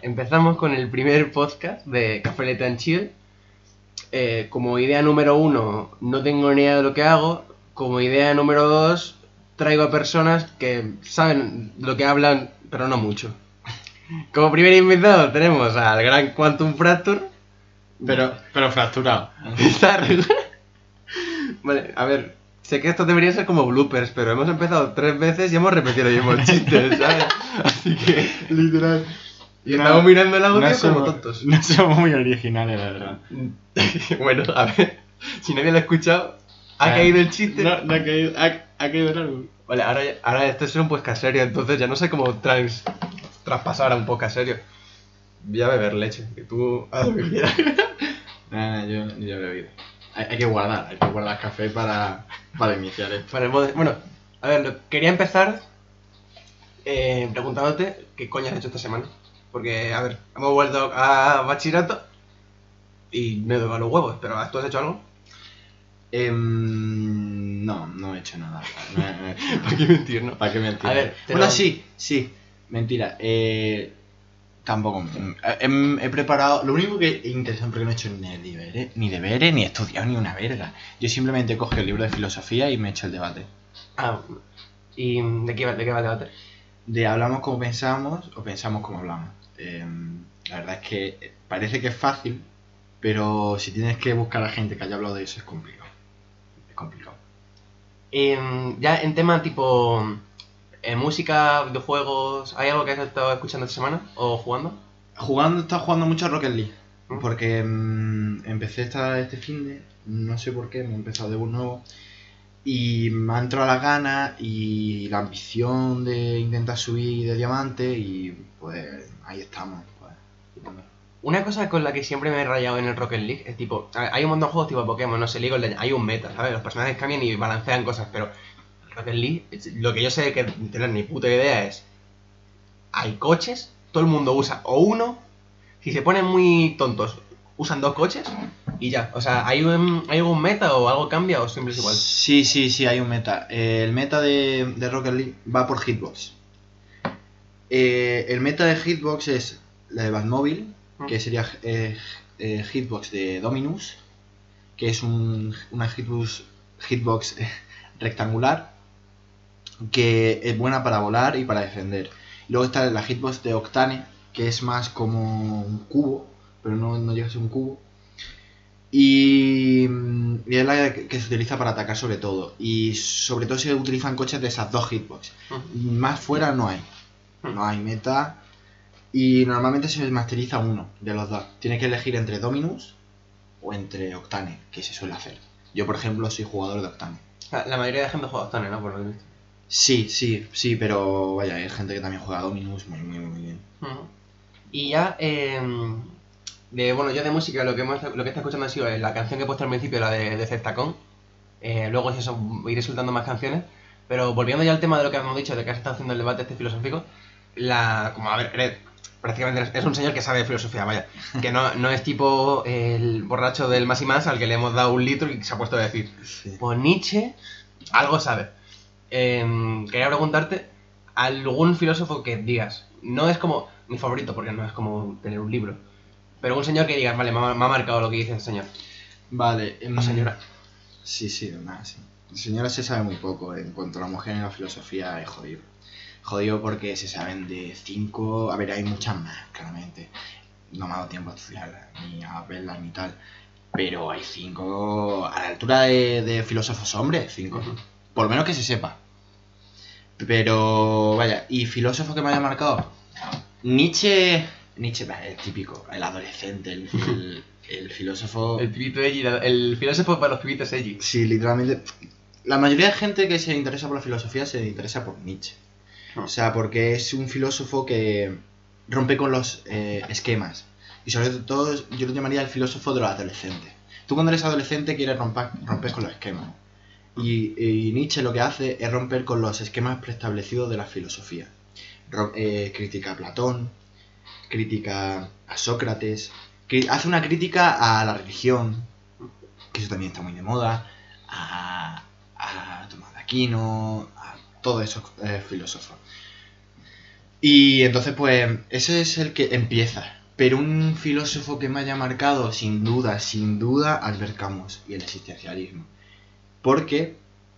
empezamos con el primer podcast de Café Latte and Chill. Como idea número 1, no tengo ni idea de lo que hago. Como idea número 2, traigo a personas que saben lo que hablan, pero no mucho. Como primer invitado tenemos al gran Quantum Fracture. Pero fracturado. Vale, a ver, sé que esto debería ser como bloopers, pero hemos empezado 3 veces y hemos repetido los mismos chistes, ¿sabes? Así que, Literal. y estamos mirando el audio como somos tontos. No somos muy originales, la verdad. Bueno, a ver, si nadie lo ha escuchado, ¿ha caído el chiste? No ha caído, ha caído el árbol. Vale, ahora esto es un podcast serio, entonces ya no sé cómo traspasar a un podcast serio. Voy a beber leche, que tú haz lo que quieras. Nah, yo he bebido. Hay que guardar café para iniciar esto. Para el bueno, a ver, quería empezar preguntándote qué coño has hecho esta semana. Porque, a ver, hemos vuelto a bachillerato y me doy los huevos, pero ¿tú has hecho algo? No he hecho nada. ¿Para qué mentir, no? ¿Para qué mentir? A ver, bueno, sí. Mentira. Tampoco. He preparado. Lo único que es interesante porque no he hecho ni deberes, ni he estudiado ni una verga. Yo simplemente he cogido el libro de filosofía y me he hecho el debate. Ah, ¿y de qué va el debate? De hablamos como pensamos o pensamos como hablamos. La verdad es que parece que es fácil, pero si tienes que buscar a gente que haya hablado de eso es complicado. Ya en tema tipo música, videojuegos, ¿hay algo que has estado escuchando esta semana o jugando? He estado jugando mucho a Rocket League. ¿Mm? Porque empecé este finde, no sé por qué, me he empezado de un nuevo. Y me ha entrado la gana y la ambición de intentar subir de diamante y pues ahí estamos. Pues. Una cosa con la que siempre me he rayado en el Rocket League es tipo, hay un montón de juegos tipo Pokémon, no sé, League of Legends, hay un meta, ¿sabes? Los personajes cambian y balancean cosas, pero el Rocket League, lo que yo sé que no tener ni puta idea es, hay coches, todo el mundo usa o uno, si se ponen muy tontos, usan 2 coches y ya. O sea, ¿hay algún meta o algo cambia o siempre es igual? Sí, hay un meta. El meta de Rocket League va por hitbox. El meta de hitbox es la de Batmobile, que sería hitbox de Dominus, que es una hitbox rectangular que es buena para volar y para defender. Luego está la hitbox de Octane, que es más como un cubo, pero no llega a ser un cubo. Y es la que se utiliza para atacar sobre todo. Y sobre todo se utilizan coches de esas 2 hitbox. Más fuera no hay. No hay meta. Y normalmente se masteriza uno de los dos. Tienes que elegir entre Dominus o entre Octane, que se suele hacer. Yo, por ejemplo, soy jugador de Octane. La mayoría de gente juega Octane, ¿no? Por lo que he visto. Sí, pero vaya, hay gente que también juega Dominus muy bien. Y ya, yo de música lo que está escuchando ha sido la canción que he puesto al principio, la de Zestacón. Luego es eso, iré soltando más canciones. Pero volviendo ya al tema de lo que hemos dicho, de que has estado haciendo el debate este filosófico, prácticamente es un señor que sabe de filosofía, vaya. Que no es tipo el borracho del más y más al que le hemos dado un litro y se ha puesto a decir. Sí. Pues Nietzsche algo sabe. Quería preguntarte, ¿algún filósofo que digas, no es como mi favorito porque no es como tener un libro, pero un señor que digas, vale, me ha marcado lo que dice el señor? Vale. La señora. Sí. La señora se sabe muy poco. En cuanto a la mujer en la filosofía es jodido. Jodido porque se saben de 5... A ver, hay muchas más, claramente. No me ha dado tiempo a estudiarlas, ni a verlas, ni tal. Pero hay 5 a la altura de filósofos hombres, 5. Por lo menos que se sepa. Pero, vaya, ¿y filósofo que me haya marcado? Nietzsche, el típico, el adolescente, el filósofo... El pibito edgy, el filósofo para los pibitos edgy. Sí, literalmente. La mayoría de gente que se interesa por la filosofía se interesa por Nietzsche. O sea, porque es un filósofo que rompe con los esquemas. Y sobre todo, yo lo llamaría el filósofo de los adolescentes. Tú cuando eres adolescente quieres romper con los esquemas. Y Nietzsche lo que hace es romper con los esquemas preestablecidos de la filosofía. Critica a Platón, critica a Sócrates, hace una crítica a la religión, que eso también está muy de moda, a Tomás de Aquino, a todos esos filósofos. Y entonces, pues, ese es el que empieza. Pero un filósofo que me haya marcado, sin duda, Albert Camus y el existencialismo. Porque,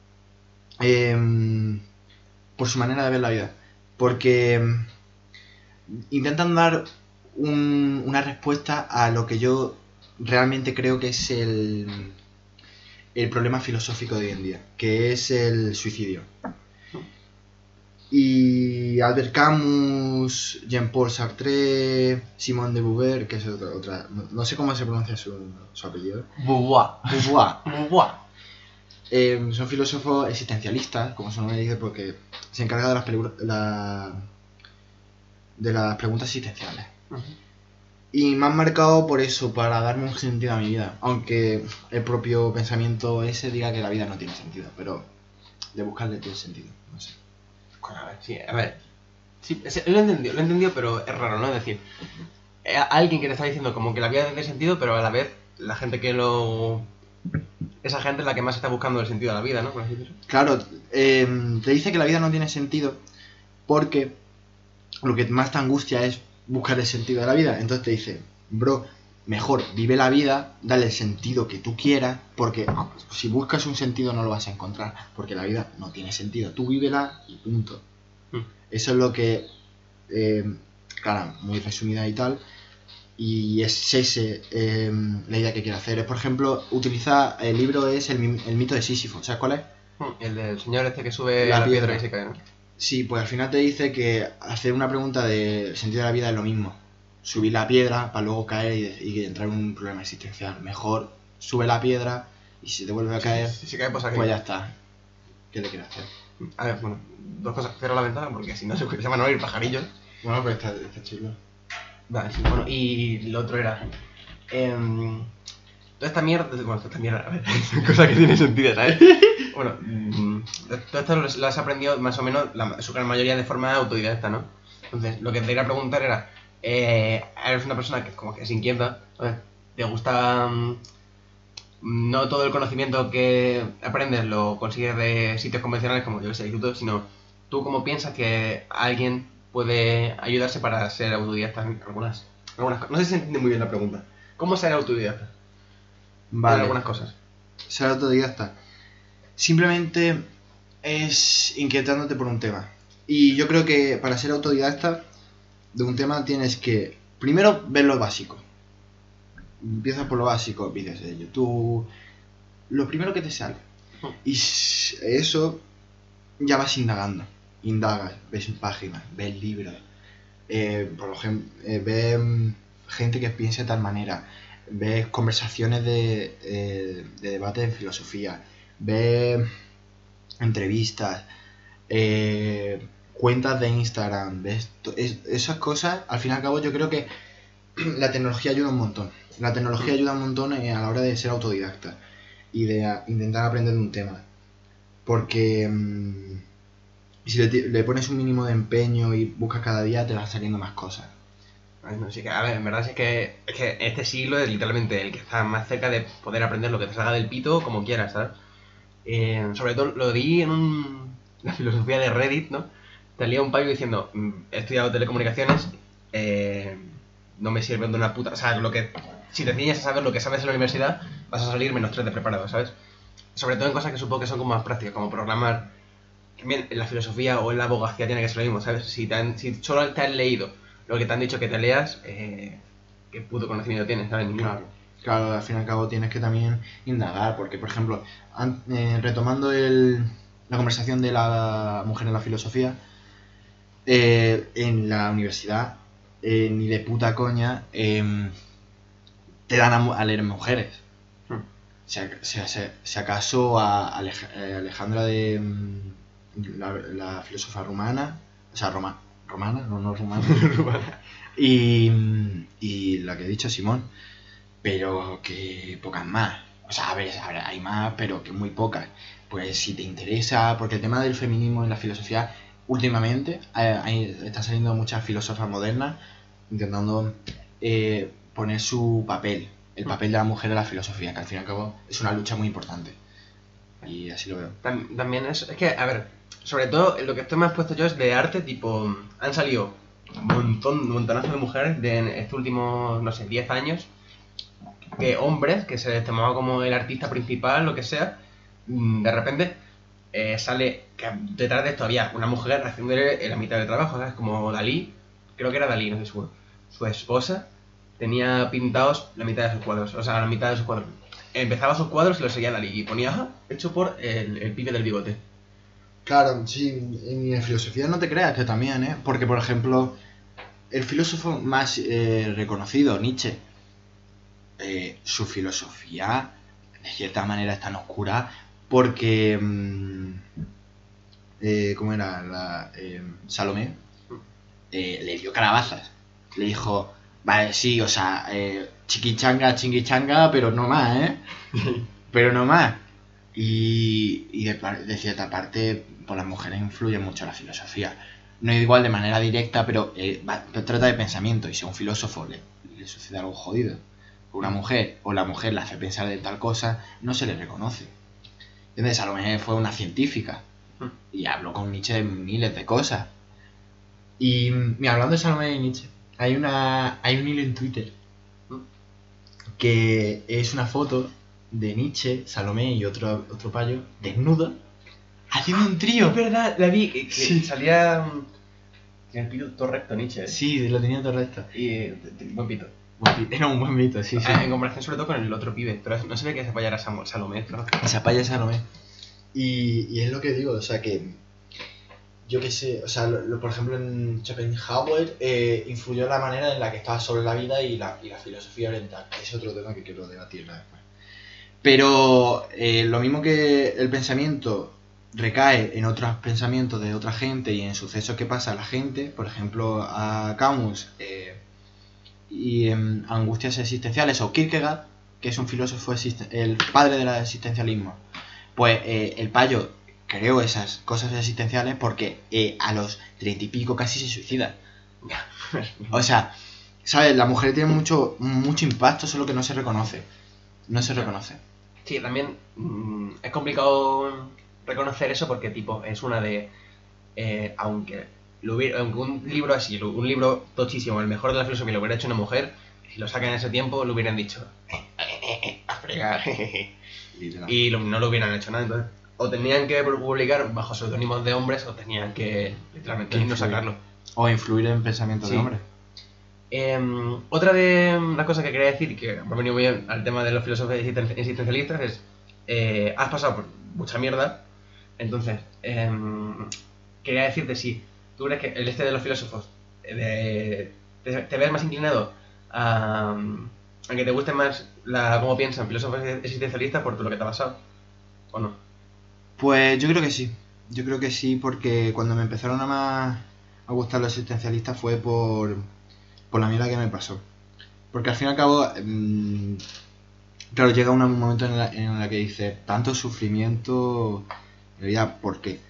por su manera de ver la vida. Porque intentan dar una respuesta a lo que yo realmente creo que es el problema filosófico de hoy en día, que es el suicidio. Y Albert Camus, Jean-Paul Sartre, Simone de Beauvoir, que es otra no sé cómo se pronuncia su apellido. Beauvoir. Son filósofos existencialistas, como su nombre dice, porque se encarga de las preguntas existenciales. Uh-huh. Y me han marcado por eso, para darme un sentido a mi vida. Aunque el propio pensamiento ese diga que la vida no tiene sentido, pero de buscarle tiene sentido, no sé. A ver, sí, a ver. Sí, lo he entendido, pero es raro, ¿no? Es decir, alguien que te está diciendo como que la vida tiene sentido, pero a la vez la gente que lo... Esa gente es la que más está buscando el sentido de la vida, ¿no? Por así decirlo. Claro, te dice que la vida no tiene sentido porque lo que más te angustia es buscar el sentido de la vida. Entonces te dice, bro, mejor vive la vida, dale el sentido que tú quieras, porque si buscas un sentido no lo vas a encontrar, porque la vida no tiene sentido. Tú vívela y punto. Eso es lo que, claro, muy resumida y tal, y es ese la idea que quiero hacer. Es, por ejemplo, utiliza, el libro es el mito de Sísifo, ¿sabes cuál es? El del señor este que sube la piedra y se cae, ¿no? Sí, pues al final te dice que hacer una pregunta del sentido de la vida es lo mismo. Subir la piedra para luego caer y entrar en un problema existencial. Mejor sube la piedra y si te vuelve a caer, si cae, pues ya está. ¿Qué le quieres hacer? A ver, bueno, dos cosas. Cierro la ventana porque si no se van a oír pajarillos. Bueno, pues está chido. Vale, sí, bueno, y lo otro era... toda esta mierda... Bueno, toda esta mierda, a ver, es cosa que tiene sentido, ¿sabes? Bueno, todo esto lo has aprendido más o menos, su gran mayoría de forma autodidacta, ¿no? Entonces, lo que te quería preguntar era... eres una persona que como que es inquieta, ¿sabes? Te gusta... no todo el conocimiento que aprendes lo consigues de sitios convencionales como, yo que sé, YouTube, sino tú cómo piensas que alguien puede ayudarse para ser autodidacta en algunas cosas. No sé si se entiende muy bien la pregunta. ¿Cómo ser autodidacta? Vale. En algunas cosas. Ser autodidacta. Simplemente es inquietándote por un tema. Y yo creo que para ser autodidacta de un tema tienes que primero ver lo básico. Empieza por lo básico, vídeos de YouTube, lo primero que te sale. Y eso ya vas indagando. Indagas, ves páginas, ves libros. Por ejemplo, ves gente que piensa de tal manera. Ves conversaciones de debate en filosofía. Ves entrevistas. Cuentas de Instagram. Ves esas cosas. Al fin y al cabo, yo creo que la tecnología ayuda un montón. La tecnología ayuda un montón a la hora de ser autodidacta y de intentar aprender de un tema. Porque si le pones un mínimo de empeño y buscas cada día, te van saliendo más cosas. Bueno, sí que, a ver, en verdad es que este siglo es literalmente el que está más cerca de poder aprender lo que te salga del pito como quieras, ¿sabes? Sobre todo lo di en la filosofía de Reddit, ¿no? Te leía un payo diciendo, he estudiado telecomunicaciones, no me sirven de una puta... O sea, si te enseñas a saber lo que sabes en la universidad, vas a salir -3 de preparado, ¿sabes? Sobre todo en cosas que supongo que son como más prácticas, como programar. También en la filosofía o en la abogacía tiene que ser lo mismo, ¿sabes? Si solo te has leído lo que te han dicho que te leas, ¿qué puto conocimiento tienes? ¿Sabes? Claro, al fin y al cabo tienes que también indagar, porque por ejemplo, retomando la conversación de la mujer en la filosofía, en la universidad, ni de puta coña, te dan a leer mujeres. Si acaso a Alejandra de la filósofa rumana, o sea, romana, no rumana, y la que he dicho, Simón, pero que pocas más. O sea, a ver, hay más, pero que muy pocas. Pues si te interesa, porque el tema del feminismo en la filosofía, últimamente están saliendo muchas filósofas modernas intentando poner su papel, el papel de la mujer en la filosofía, que al fin y al cabo es una lucha muy importante. Y así lo veo. También es que, a ver, sobre todo, lo que estoy más puesto yo es de arte, tipo, han salido un montonazo de mujeres en estos últimos, no sé, 10 años, de hombres que se les tomaba como el artista principal, lo que sea, de repente sale que detrás de esto había una mujer haciéndole la mitad del trabajo, ¿sabes? Como Dalí, creo que era Dalí, no estoy seguro. Su esposa tenía pintados la mitad de sus cuadros, o sea, la mitad de sus cuadros. Empezaba sus cuadros y los seguía Dalí y ponía hecho por el pibe del bigote. Claro, sí, en filosofía no te creas que también, ¿eh? Porque, por ejemplo, el filósofo más reconocido, Nietzsche, su filosofía, de cierta manera, es tan oscura porque... ¿cómo era? Salomé le dio calabazas. Le dijo, vale, sí, o sea, chiquichanga, chinguichanga, pero no más, ¿eh? Pero no más. Y de cierta parte, pues las mujeres influyen mucho en la filosofía. No es igual de manera directa, pero trata de pensamiento. Y si a un filósofo le sucede algo jodido con una mujer, o la mujer le hace pensar de tal cosa, no se le reconoce. ¿Entiendes? Salomé fue una científica y habló con Nietzsche de miles de cosas. Y mira, hablando de Salomé y Nietzsche, hay un hilo en Twitter que es una foto de Nietzsche, Salomé y otro payo desnudo haciendo un trío. Es verdad, la vi, que Sí. salía el pito todo recto Nietzsche. Sí, lo tenía todo esto. Y buen pito. Era un buen mito, sí, sí. En comparación sobre todo con el otro pibe, pero no se ve que esa paya era Salomé, claro. Esa paya es Salomé. Y es lo que digo, o sea que... Yo qué sé, o sea, por ejemplo en Schopenhauer influyó la manera en la que estaba sobre la vida y la filosofía oriental. Es otro tema que quiero debatir después. Pero lo mismo que el pensamiento recae en otros pensamientos de otra gente y en sucesos que pasa a la gente, por ejemplo a Camus y en Angustias Existenciales, o Kierkegaard, que es un filósofo, el padre del existencialismo, pues el payo creó esas cosas existenciales porque a los 30 y pico casi se suicida. O sea, ¿sabes? La mujer tiene mucho impacto, solo que no se reconoce. No se reconoce. Sí, también es complicado reconocer eso porque, tipo, es una de... aunque un libro así, un libro tochísimo, el mejor de la filosofía, lo hubiera hecho una mujer, si lo sacan en ese tiempo, lo hubieran dicho... a fregar. Y no lo hubieran hecho nada, entonces... O tenían que publicar bajo seudónimos de hombres o tenían que literalmente no sacarlo. O influir en pensamientos de hombres. Otra de las cosas que quería decir, que me ha venido bien al tema de los filósofos existencialistas, es has pasado por mucha mierda, entonces quería decirte si tú crees que el de los filósofos te ves más inclinado a que te guste más cómo piensan filósofos existencialistas por todo lo que te ha pasado, ¿o no? Pues yo creo que sí. Yo creo que sí, porque cuando me empezaron a gustar los existencialistas fue por la mierda que me pasó. Porque al fin y al cabo, claro, llega un momento en la que dices, tanto sufrimiento, en realidad, ¿por qué?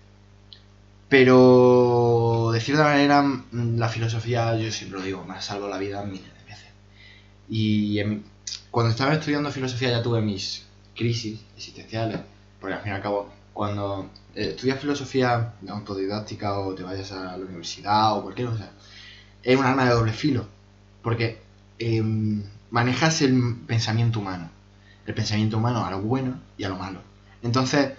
Pero de cierta manera, la filosofía, yo siempre lo digo, me ha salvado la vida miles de veces. Y cuando estaba estudiando filosofía ya tuve mis crisis existenciales, porque al fin y al cabo, cuando estudias filosofía autodidáctica o te vayas a la universidad o cualquier cosa, es un arma de doble filo, porque manejas el pensamiento humano a lo bueno y a lo malo. Entonces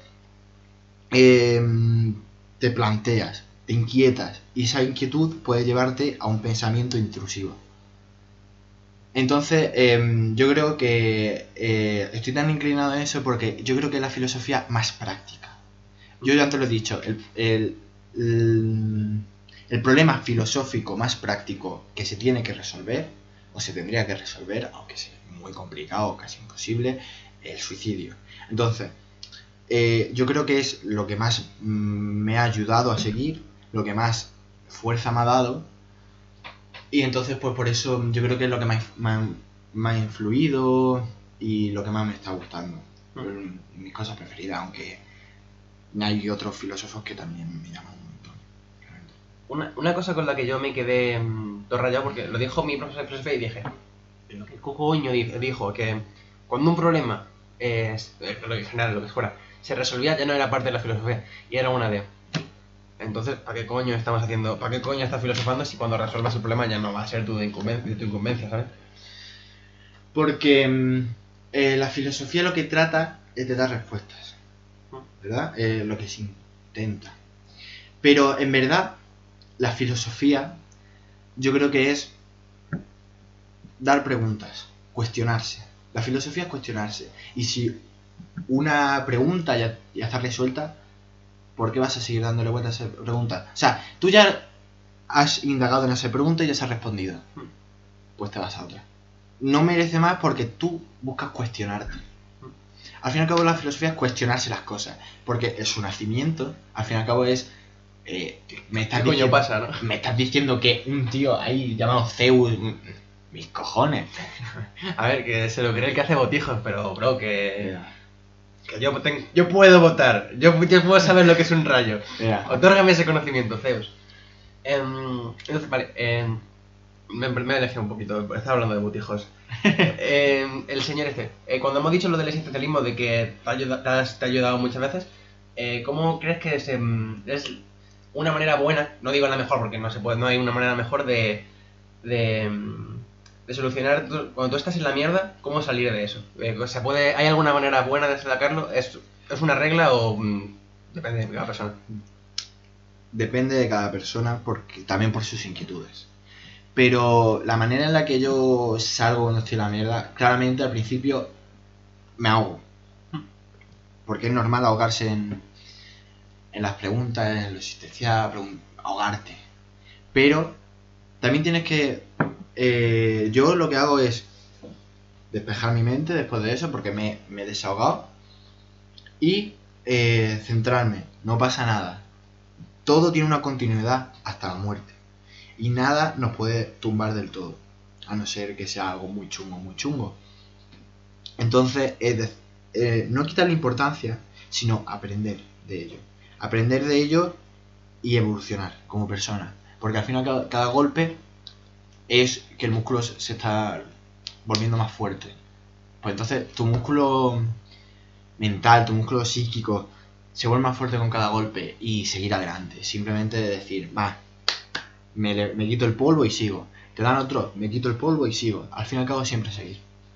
te planteas, te inquietas, y esa inquietud puede llevarte a un pensamiento intrusivo. Entonces yo creo que estoy tan inclinado a eso porque yo creo que es la filosofía más práctica. Yo ya antes lo he dicho, el problema filosófico más práctico que se tiene que resolver, o se tendría que resolver, aunque sea muy complicado, casi imposible, el suicidio. Entonces, yo creo que es lo que más me ha ayudado a seguir, lo que más fuerza me ha dado, y entonces pues por eso yo creo que es lo que me ha influido y lo que más me está gustando. Mis cosas preferidas, aunque hay otros filósofos que también me llaman un montón. Una cosa con la que yo me quedé todo rayado, porque lo dijo mi profesor de filosofía y dije, ¿pero qué coño dijo? Que cuando un problema, lo que general, lo que fuera, se resolvía, ya no era parte de la filosofía, y era una de, Entonces, ¿para qué coño estamos haciendo? ¿Para qué coño estás filosofando si cuando resuelvas el problema ya no va a ser tu incumbencia, ¿sabes? Porque la filosofía lo que trata es de dar respuestas, ¿verdad? Lo que se intenta. Pero en verdad, la filosofía yo creo que es dar preguntas, cuestionarse. La filosofía es cuestionarse. Y si una pregunta ya está resuelta, ¿por qué vas a seguir dándole vueltas a esa pregunta? O sea, tú ya has indagado en esa pregunta y ya se ha respondido. Pues te vas a otra. No merece más porque tú buscas cuestionarte. Al fin y al cabo la filosofía es cuestionarse las cosas. Porque en su nacimiento, al fin y al cabo es... me estás ¿Qué coño diciendo, pasa, no? me estás diciendo que un tío ahí llamado Zeus... Mis cojones. A ver, que se lo cree el que hace botijos, pero, bro, que yo puedo votar. Yo puedo saber lo que es un rayo. Mira. Otórgame ese conocimiento, Zeus. Entonces, vale, me he alejado un poquito, estaba hablando de botijos. El señor cuando hemos dicho lo del existencialismo, de que te ha ayudado muchas veces, ¿cómo crees que es una manera buena, no digo la mejor porque no se puede, no hay una manera mejor de solucionar, cuando tú estás en la mierda, cómo salir de eso? ¿Hay alguna manera buena de sacarlo? ¿Es una regla o depende de cada persona? Depende de cada persona, porque también por sus inquietudes. Pero la manera en la que yo salgo cuando estoy en la mierda, claramente al principio me ahogo. Porque es normal ahogarse en las preguntas, en lo existencial, ahogarte. Pero también tienes que... yo lo que hago es despejar mi mente después de eso, porque me he desahogado. Y centrarme, no pasa nada. Todo tiene una continuidad hasta la muerte. Y nada nos puede tumbar del todo. A no ser que sea algo muy chungo, muy chungo. Entonces, no quitarle importancia, sino aprender de ello. Aprender de ello y evolucionar como persona. Porque al final cada golpe es que el músculo se está volviendo más fuerte. Pues entonces tu músculo mental, tu músculo psíquico se vuelve más fuerte con cada golpe y seguir adelante. Simplemente decir, va, me quito el polvo y sigo. Te dan otro, me quito el polvo y sigo. Al fin y al cabo siempre seguir.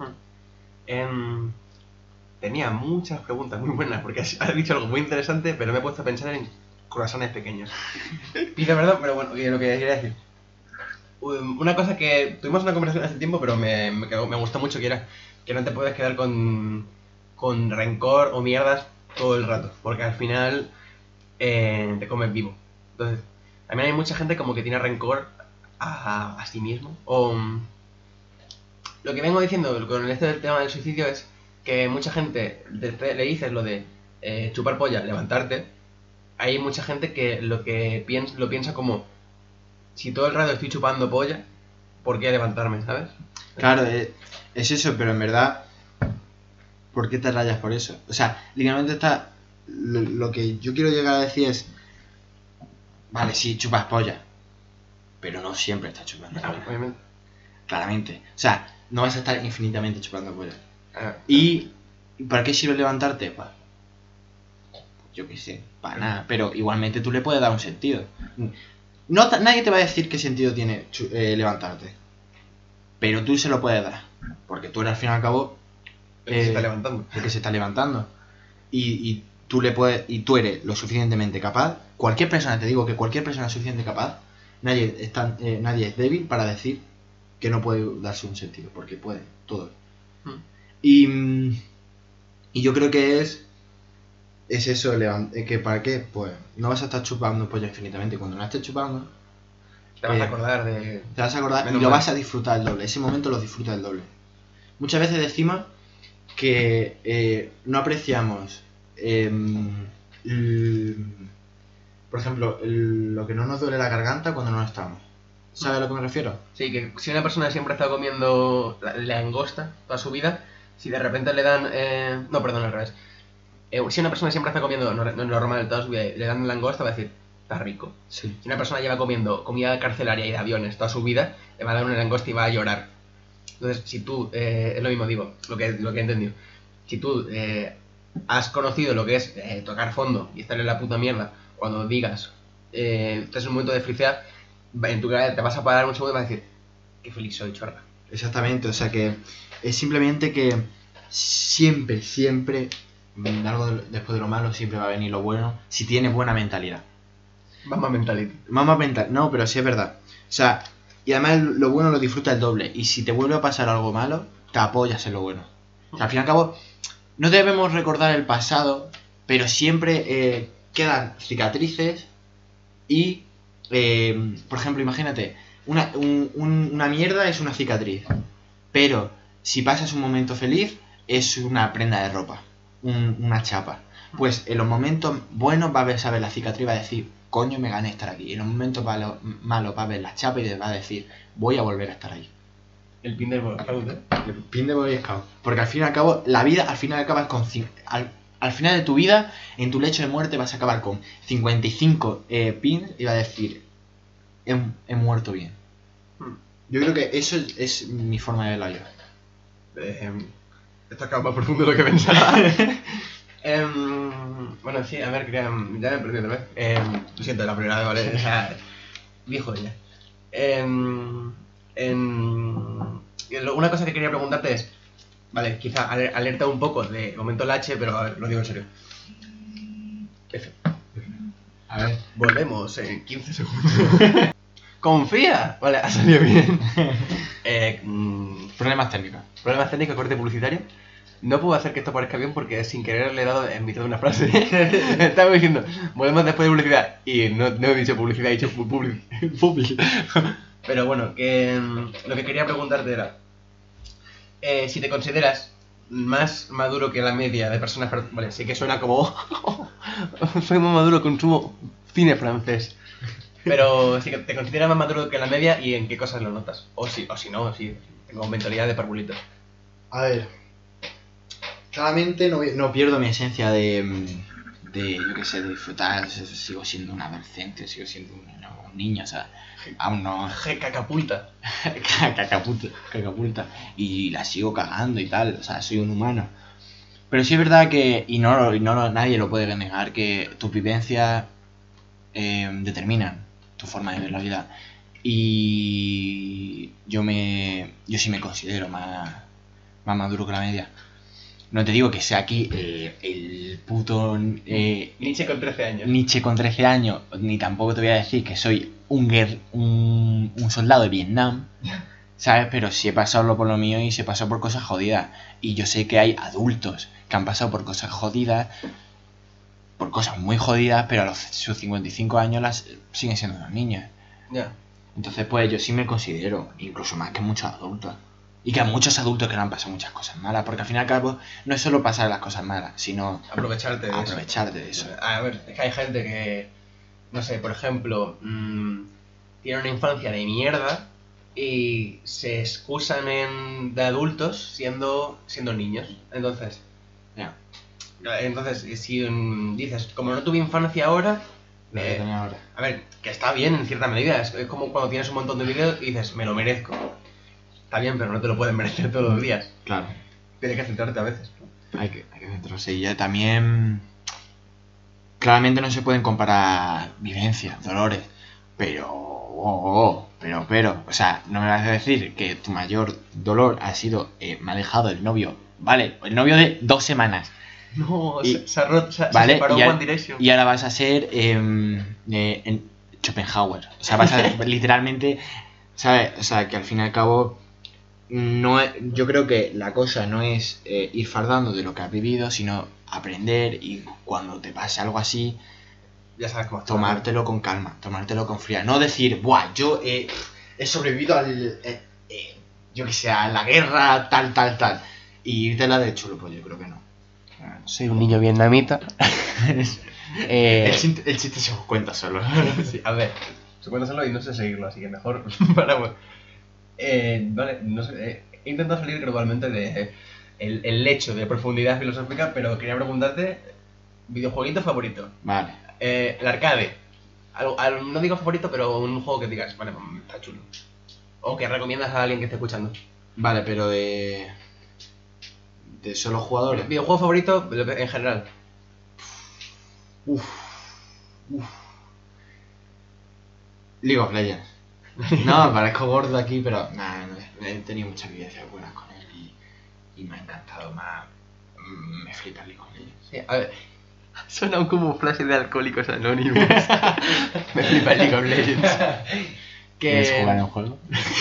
Tenía muchas preguntas muy buenas porque has dicho algo muy interesante, pero me he puesto a pensar en croissants pequeños. Pido perdón, pero bueno, lo que quería decir. Una cosa que tuvimos una conversación hace tiempo, pero me gustó mucho, que era que no te puedes quedar con rencor o mierdas todo el rato, porque al final te comes vivo. Entonces, también hay mucha gente como que tiene rencor a sí mismo. O lo que vengo diciendo con este tema del suicidio es que mucha gente le dices lo de chupar polla, levantarte. Hay mucha gente que lo piensa como, si todo el rato estoy chupando polla, ¿por qué levantarme, sabes? Claro, es eso, pero en verdad, ¿por qué te rayas por eso? O sea, literalmente está... Lo que yo quiero llegar a decir es... Vale, sí, chupas polla, pero no siempre estás chupando polla. Obviamente. Claramente. O sea, no vas a estar infinitamente chupando polla. ¿Y para qué sirve levantarte? Pues, yo qué sé, para nada. Pero igualmente tú le puedes dar un sentido. Nadie te va a decir qué sentido tiene levantarte. Pero tú se lo puedes dar. Porque tú eres al fin y al cabo... el que se está levantando. El que se está levantando. Y tú le puedes... Y tú eres lo suficientemente capaz. Cualquier persona, te digo que cualquier persona es suficientemente capaz. Nadie es débil para decir que no puede darse un sentido. Porque puede, todo. Y yo creo que es eso, que ¿para qué? Pues no vas a estar chupando polla infinitamente. Cuando no estés chupando, te vas a acordar de... Te vas a acordar y lo vas a disfrutar el doble. Ese momento lo disfrutas el doble. Muchas veces decimos que no apreciamos, por ejemplo, lo que no nos duele la garganta cuando no estamos. ¿Sabes a lo que me refiero? Sí, que si una persona siempre ha estado comiendo langosta toda su vida, si de repente le dan... no, perdón, al revés. Si una persona siempre está comiendo normal toda su vida y le dan langosta, va a decir, está rico. Sí. Si una persona lleva comiendo comida carcelaria y de aviones toda su vida, le va a dar una langosta y va a llorar. Entonces, si tú... es lo mismo, digo, lo que he entendido. Si tú has conocido lo que es tocar fondo y estar en la puta mierda, cuando digas estás en un momento de felicidad, en tu cabeza te vas a parar un segundo y vas a decir, qué feliz soy, chorra. Exactamente, o sea que es simplemente que siempre, después de lo malo, siempre va a venir lo bueno si tienes buena mentalidad. Mama mentality. Mamá mental, no, pero sí es verdad. O sea, y además lo bueno lo disfruta el doble. Y si te vuelve a pasar algo malo, te apoyas en lo bueno. O sea, al fin y al cabo, no debemos recordar el pasado, pero siempre quedan cicatrices y, por ejemplo, imagínate, una mierda es una cicatriz, pero si pasas un momento feliz, es una prenda de ropa, una chapa. Pues en los momentos buenos va a saber la cicatriz y va a decir, coño, me gané estar aquí. En los momentos malos va a ver la chapa y va a decir, voy a volver a estar ahí. El pin del Boy Scout, ¿eh? El pin de Boy Scout. Porque al fin y al cabo, la vida al final acabas con... Al final de tu vida, en tu lecho de muerte vas a acabar con 55 pins y va a decir, he muerto bien. Yo creo que eso es mi forma de verlo yo. Esto acaba más profundo de lo que pensaba. Bueno, sí, a ver, ya me he perdido otra vez. Lo siento, la primera vez, ¿vale? O sea, viejo ya. Una cosa que quería preguntarte es, vale, quizá alerta un poco de momento lache, pero a ver, lo digo en serio. F. A ver. Volvemos en 15 segundos. ¡Confía! Vale, ha salido bien. Problemas técnicos. Problemas técnicos, corte publicitario. No puedo hacer que esto parezca bien porque sin querer le he dado en mitad de una frase. Estaba diciendo, volvemos después de publicidad. Y no he dicho publicidad, he dicho public. Pero bueno, que lo que quería preguntarte era, si te consideras más maduro que la media de personas... Vale, sí que suena como... soy más maduro, consumo cine francés. Pero si te consideras más maduro que la media y en qué cosas lo notas. O si no, si tengo mentalidad de parvulito. A ver, claramente no pierdo mi esencia de yo qué sé, de disfrutar. Sigo siendo un adolescente, sigo siendo un niño, o sea, aún no... Cacapulta. Cacapulta. Y la sigo cagando y tal, o sea, soy un humano. Pero sí es verdad que, nadie lo puede negar, que tus vivencias determinan tu forma de ver la vida. Y yo sí me considero más maduro que la media. No te digo que sea aquí el puto... Nietzsche con 13 años. Nietzsche con 13 años, ni tampoco te voy a decir que soy un soldado de Vietnam, ¿sabes? Pero sí he pasado por lo mío y sí he pasado por cosas jodidas. Y yo sé que hay adultos que han pasado por cosas jodidas, por cosas muy jodidas, pero a sus 55 años siguen siendo unos niños. Ya. Entonces, pues yo sí me considero, incluso más que muchos adultos. Y que a muchos adultos que no han pasado muchas cosas malas, porque al fin y al cabo no es solo pasar las cosas malas, sino aprovecharte de eso. A ver, es que hay gente que, no sé, por ejemplo, tiene una infancia de mierda y se excusan de adultos siendo niños. Entonces, si dices, como no tuve infancia ahora, a ver, que está bien en cierta medida. Es como cuando tienes un montón de vídeos y dices, me lo merezco. Está bien, pero no te lo pueden merecer todos los días. Claro. Tienes que centrarte a veces. Hay que centrarse. Y ya también... Claramente no se pueden comparar vivencias, dolores. Pero... O sea, no me vas a decir que tu mayor dolor ha sido... me ha dejado el novio. Vale, el novio de 2 semanas. No, se separó One Direction. Y ahora vas a ser Schopenhauer. O sea, vas a literalmente... ¿Sabes? O sea, que al fin y al cabo... yo creo que la cosa no es ir fardando de lo que has vivido, sino aprender y cuando te pase algo así, ya sabes cómo tomártelo con calma, tomártelo con fría. No decir, buah, yo he sobrevivido yo que sé, a la guerra, tal. Y írtela de chulo, pues yo creo que no. Soy un niño vietnamita. El chiste se cuenta solo. Sí, a ver, se cuenta solo y no sé seguirlo, así que mejor paramos. Vale, no sé, he intentado salir gradualmente de el lecho de profundidad filosófica, pero quería preguntarte, ¿videojueguito favorito? Vale. El arcade. No digo favorito, pero un juego que digas, vale, está chulo. O que recomiendas a alguien que esté escuchando. Vale, pero de solo jugadores. ¿Videojuego favorito en general? League of Legends. No, parezco gordo aquí, pero nada, he tenido muchas vivencias buenas con él y me ha encantado, me flipa League of Legends. Sí, a ver, suena como un flash de Alcohólicos Anónimos. Me flipa el League of Legends. ¿Quieres jugar en un juego?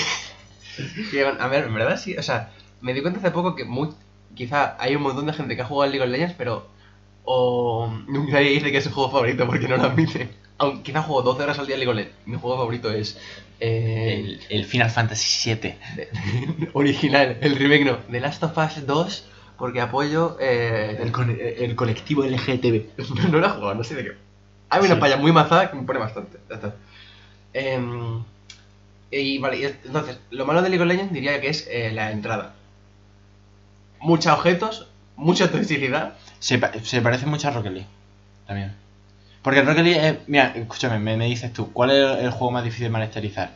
A ver, en verdad sí, o sea, me di cuenta hace poco que quizá hay un montón de gente que ha jugado al League of Legends, pero nunca dice que es su juego favorito porque no lo admite. Aunque quizá juego 12 horas al día al League of Legends. Mi juego favorito es El Final Fantasy VII. Original, el remake no. The Last of Us 2, porque apoyo El colectivo LGTB. no lo he jugado, no sé de qué. Hay una palla muy mazada que me pone bastante. Ya está. Y vale, entonces, lo malo de League of Legends diría que es la entrada. Muchos objetos, mucha toxicidad. Se parece mucho a Rocket League. También. Porque el Rocket League es... Mira, escúchame, me dices tú, ¿cuál es el juego más difícil de masterizar?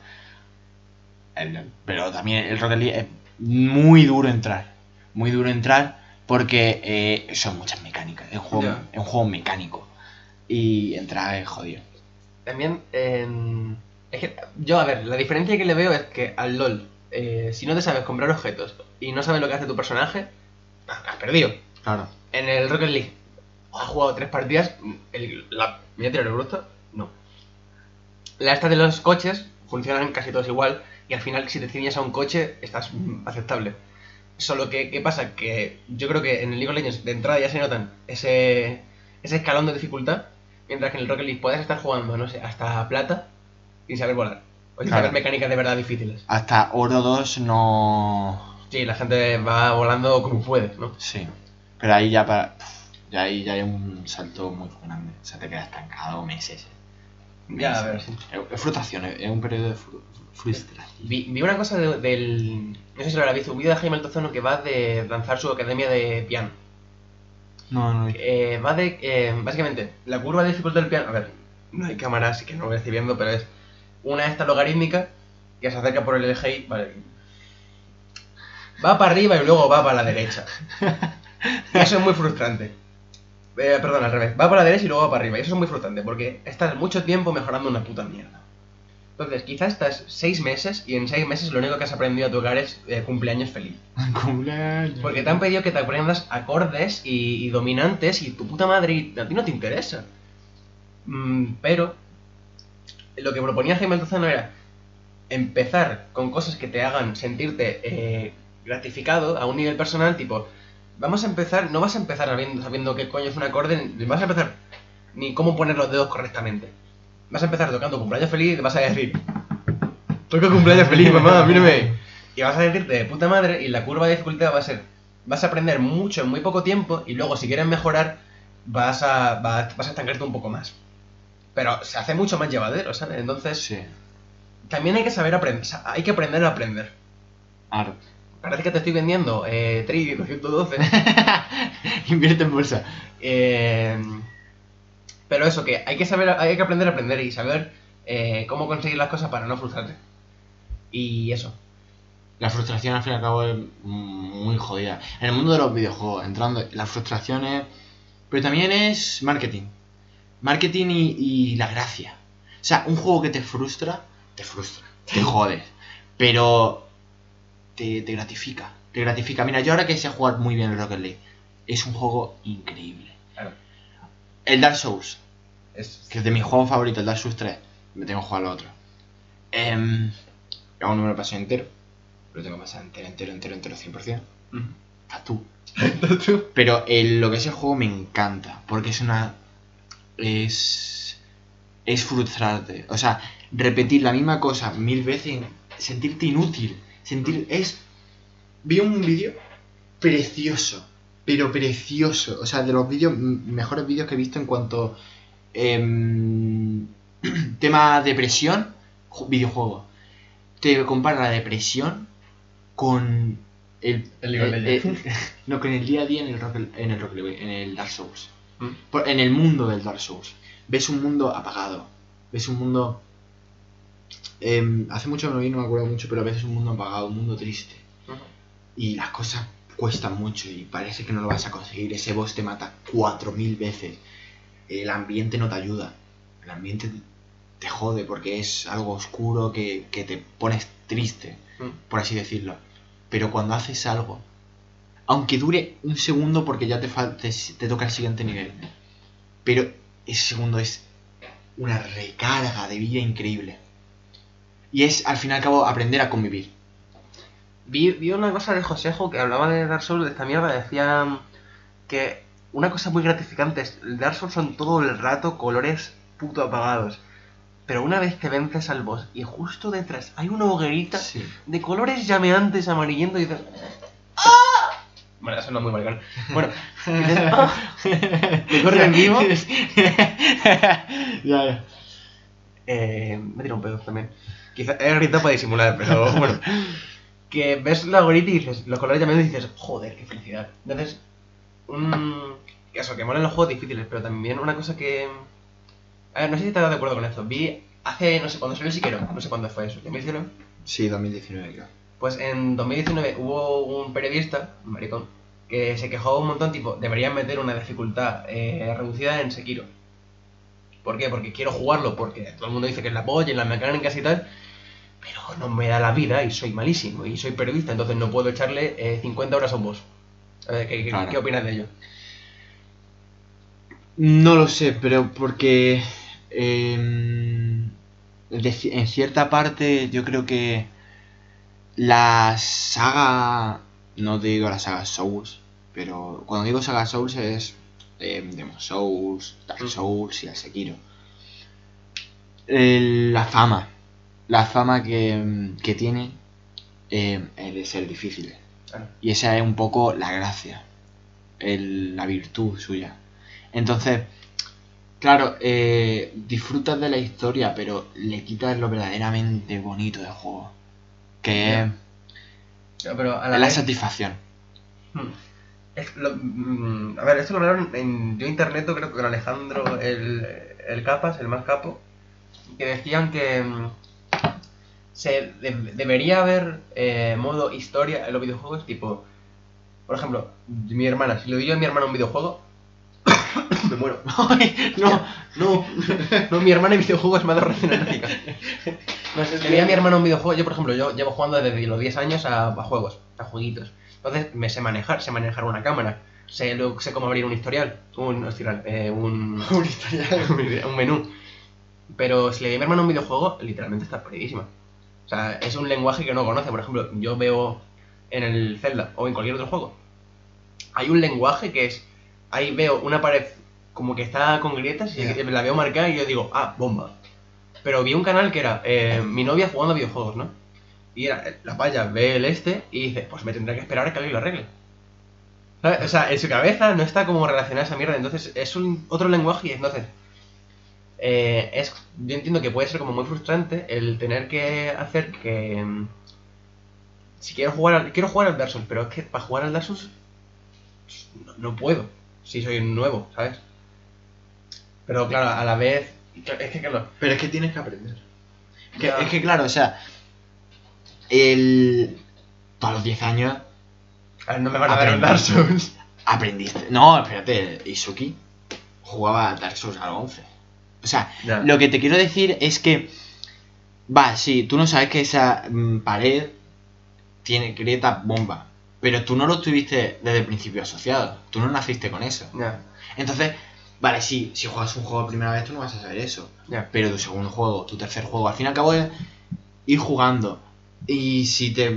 Pero también el Rocket League es muy duro entrar. Muy duro entrar porque son muchas mecánicas. Es un juego mecánico. Y entrar es jodido. También, es que yo, a ver, la diferencia que le veo es que al LoL, si no te sabes comprar objetos y no sabes lo que hace tu personaje, has perdido. Claro. En el Rocket League, has jugado 3 partidas, ¿me tiro el bruto? No. La esta de los coches funcionan casi todos igual y al final si te ciñes a un coche estás aceptable. Solo que, ¿qué pasa? Que yo creo que en el League of Legends de entrada ya se notan ese escalón de dificultad, mientras que en el Rocket League puedes estar jugando, no sé, hasta plata sin saber volar. O sin saber mecánicas de verdad difíciles. Hasta Oro 2 no... Sí, la gente va volando como puede, ¿no? Sí. Pero ahí ya hay un salto muy grande. O sea, te quedas estancado meses. Ya, a ver, sí. Es frustración, es un periodo de frustración. Vi una cosa del... No sé si lo habrá visto, un vídeo de Jaime Altozano que va de lanzar su academia de piano. No. Va de... básicamente, la curva de dificultad del piano... A ver, no hay cámara, así que no lo estoy viendo, pero es una esta logarítmica que se acerca por el eje y... Vale. Va para arriba y luego va para la derecha. Y eso es muy frustrante. Perdón, al revés. Va para la derecha y luego va para arriba. Y eso es muy frustrante porque estás mucho tiempo mejorando una puta mierda. Entonces, quizás estás 6 meses y en 6 meses lo único que has aprendido a tocar es cumpleaños feliz. Cumpleaños. Porque te han pedido que te aprendas acordes y dominantes y tu puta madre y a ti no te interesa. Pero lo que proponía Jaime Altozano era empezar con cosas que te hagan sentirte gratificado a un nivel personal, tipo, vamos a empezar, no vas a empezar sabiendo qué coño es un acorde, ni vas a empezar ni cómo poner los dedos correctamente. Vas a empezar tocando cumpleaños feliz y te vas a decir, toca cumpleaños feliz, mamá, mírame. Y vas a decirte de puta madre y la curva de dificultad va a ser, vas a aprender mucho en muy poco tiempo y luego si quieres mejorar vas a estancarte un poco más. Pero se hace mucho más llevadero, ¿sabes? Entonces, sí. También hay que saber aprender, hay que aprender a aprender. Claro. Parece que te estoy vendiendo Tri 212. Invierte en bolsa. Pero eso, que hay que aprender a aprender y saber cómo conseguir las cosas para no frustrarte. Y eso. La frustración al fin y al cabo es muy jodida. En el mundo de los videojuegos, entrando, la frustración es... Pero también es marketing. Marketing y la gracia. O sea, un juego que te frustra, te jodes. Pero te gratifica. Te gratifica. Mira, yo ahora que sé jugar muy bien el Rocket League, es un juego increíble. Claro. El Dark Souls, que es de mis juegos favoritos, el Dark Souls 3, me tengo que jugar lo otro. Aún no me lo pasé entero. Lo tengo que pasar entero, 100%. Estás tú. Pero lo que es el juego me encanta, porque es frustrarte. O sea, repetir la misma cosa 1000 veces, sentirte inútil. Vi un vídeo precioso, pero precioso. O sea, de los mejores vídeos que he visto en cuanto tema depresión, videojuego. Te compara la depresión con no, con el día a día en el Rocket League, en el Dark Souls. En el mundo del Dark Souls. Ves un mundo apagado. Ves un mundo... hace mucho que no vi, no me acuerdo mucho, pero ves un mundo apagado, un mundo triste. Y las cosas cuestan mucho y parece que no lo vas a conseguir. Ese boss te mata 4000 veces. El ambiente no te ayuda. El ambiente te jode porque es algo oscuro que te pones triste, por así decirlo. Pero cuando haces algo, aunque dure un segundo porque ya te toca el siguiente nivel, pero ese segundo es una recarga de vida increíble. Y es, al fin y al cabo, aprender a convivir. Vi una cosa de Josejo que hablaba de Dark Souls, de esta mierda, decía que una cosa muy gratificante es, el Dark Souls son todo el rato colores puto apagados. Pero una vez que vences al boss y justo detrás hay una hoguerita de colores llameantes amarillentos y dices... ¡Ah! Bueno, eso no es muy maricón. Bueno, y dices... ¡Ah! ¿Te corre en vivo? Ya. Me tiro un pedo también. Quizá he gritado para disimular, pero bueno. Que ves la hoguerita y dices, los colores llameantes y dices, joder, qué felicidad. Entonces, eso, que molan los juegos difíciles, pero también una cosa que... A ver, no sé si estás de acuerdo con esto. Vi hace, no sé, cuando salió el Siquero, no sé cuándo fue eso, ¿2019? Sí, 2019, creo. Pues en 2019 hubo un periodista, un maricón, que se quejó un montón, tipo, deberían meter una dificultad reducida en Sekiro. ¿Por qué? Porque quiero jugarlo, porque todo el mundo dice que es la polla y las mecánicas y tal, pero no me da la vida y soy malísimo, y soy periodista, entonces no puedo echarle 50 horas a un boss. Claro. ¿Qué opinas de ello? No lo sé, pero porque en cierta parte yo creo que la saga, no te digo la saga Souls, pero cuando digo saga Souls es Demon Souls, Dark Souls y el Sekiro. La fama que tiene el de ser difíciles. Claro. Y esa es un poco la gracia, la virtud suya. Entonces, claro, disfrutas de la historia, pero le quitas lo verdaderamente bonito del juego, que es Pero a la la vez... satisfacción. A ver, esto lo hablaron en Yo Interneto, creo que con Alejandro, el Capas, el más capo, que decían que debería haber modo historia en los videojuegos, tipo, por ejemplo, mi hermana, si le doy yo a mi hermana un videojuego, me muero. No, mi hermana en videojuegos me ha dado reacción alérgica. No, si le doy a mi hermana un videojuego, yo por ejemplo, yo llevo jugando desde los 10 años a juegos, a jueguitos. Entonces me sé manejar una cámara, sé cómo abrir un historial, un menú. Pero si le doy a mi hermana un videojuego, literalmente está perdidísima. O sea, es un lenguaje que no conoce. Por ejemplo, yo veo en el Zelda o en cualquier otro juego, hay un lenguaje que es... Ahí veo una pared como que está con grietas y la veo marcada y yo digo, ah, bomba. Pero vi un canal que era mi novia jugando a videojuegos, ¿no? Y era, la paya ve el y dice, pues me tendré que esperar a que alguien lo arregle. ¿Sabes? O sea, en su cabeza no está como relacionada esa mierda. Entonces es otro lenguaje y entonces... yo entiendo que puede ser como muy frustrante el tener que hacer que... si quiero jugar al Dark Souls, pero es que para jugar al Dark Souls no puedo, si soy nuevo, ¿sabes? Pero claro, a la vez... Es que claro... Pero es que tienes que aprender. Ya. Es que claro, o sea, para los 10 años... A ver, no me van a dar un Dark Souls. Aprendiste. No, espérate, Isuki jugaba a Dark Souls a los 11. O sea, Ya. Lo que te quiero decir es que... sí, tú no sabes que esa pared tiene grieta bomba. Pero tú no lo tuviste desde el principio asociado. Tú no naciste con eso. Ya. Entonces, sí, si juegas un juego por primera vez tú no vas a saber eso. Ya. Pero tu segundo juego, tu tercer juego, al fin y al cabo es ir jugando. Y si te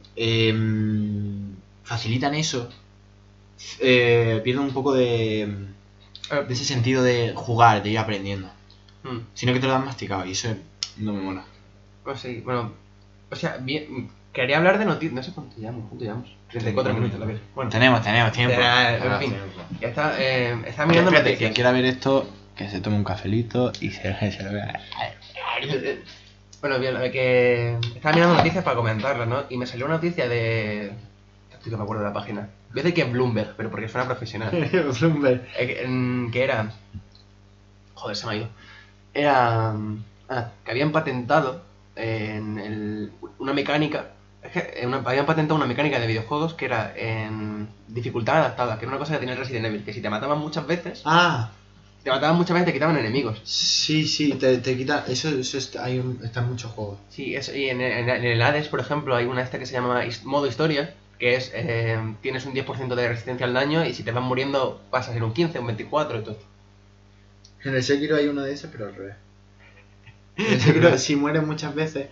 facilitan eso, pierde un poco de ese sentido de jugar, de ir aprendiendo. Sino que te lo dan masticado y eso no me mola. Pues sí, bueno, o sea, bien, quería hablar de noticias, no sé cuánto llevamos, 34 minutos la vez. Bueno, Tenemos tiempo. en fin, ya está mirando Espérate, noticias. quien quiera ver esto, que se tome un cafelito y se lo vea. Bueno, bien, que estaba mirando noticias para comentarlas, ¿no? Y me salió una noticia de... Estoy que me acuerdo de la página. Voy a decir que es Bloomberg, pero porque suena profesional. Bloomberg. Que era... Joder, se me ha ido. Era... que habían patentado una mecánica... Es que habían patentado una mecánica de videojuegos que era en dificultad adaptada, que era una cosa que tenía el Resident Evil, que si te mataban muchas veces... te mataban muchas veces, te quitaban enemigos. Sí, te quita. Eso está en muchos juegos. Sí, y en el Hades, por ejemplo, hay una que se llama modo historia, que es, tienes un 10% de resistencia al daño y si te van muriendo pasas a ser un 15, un 24 y todo. En el Sekiro hay una de esas, pero al revés. En el Sekiro, si mueres muchas veces,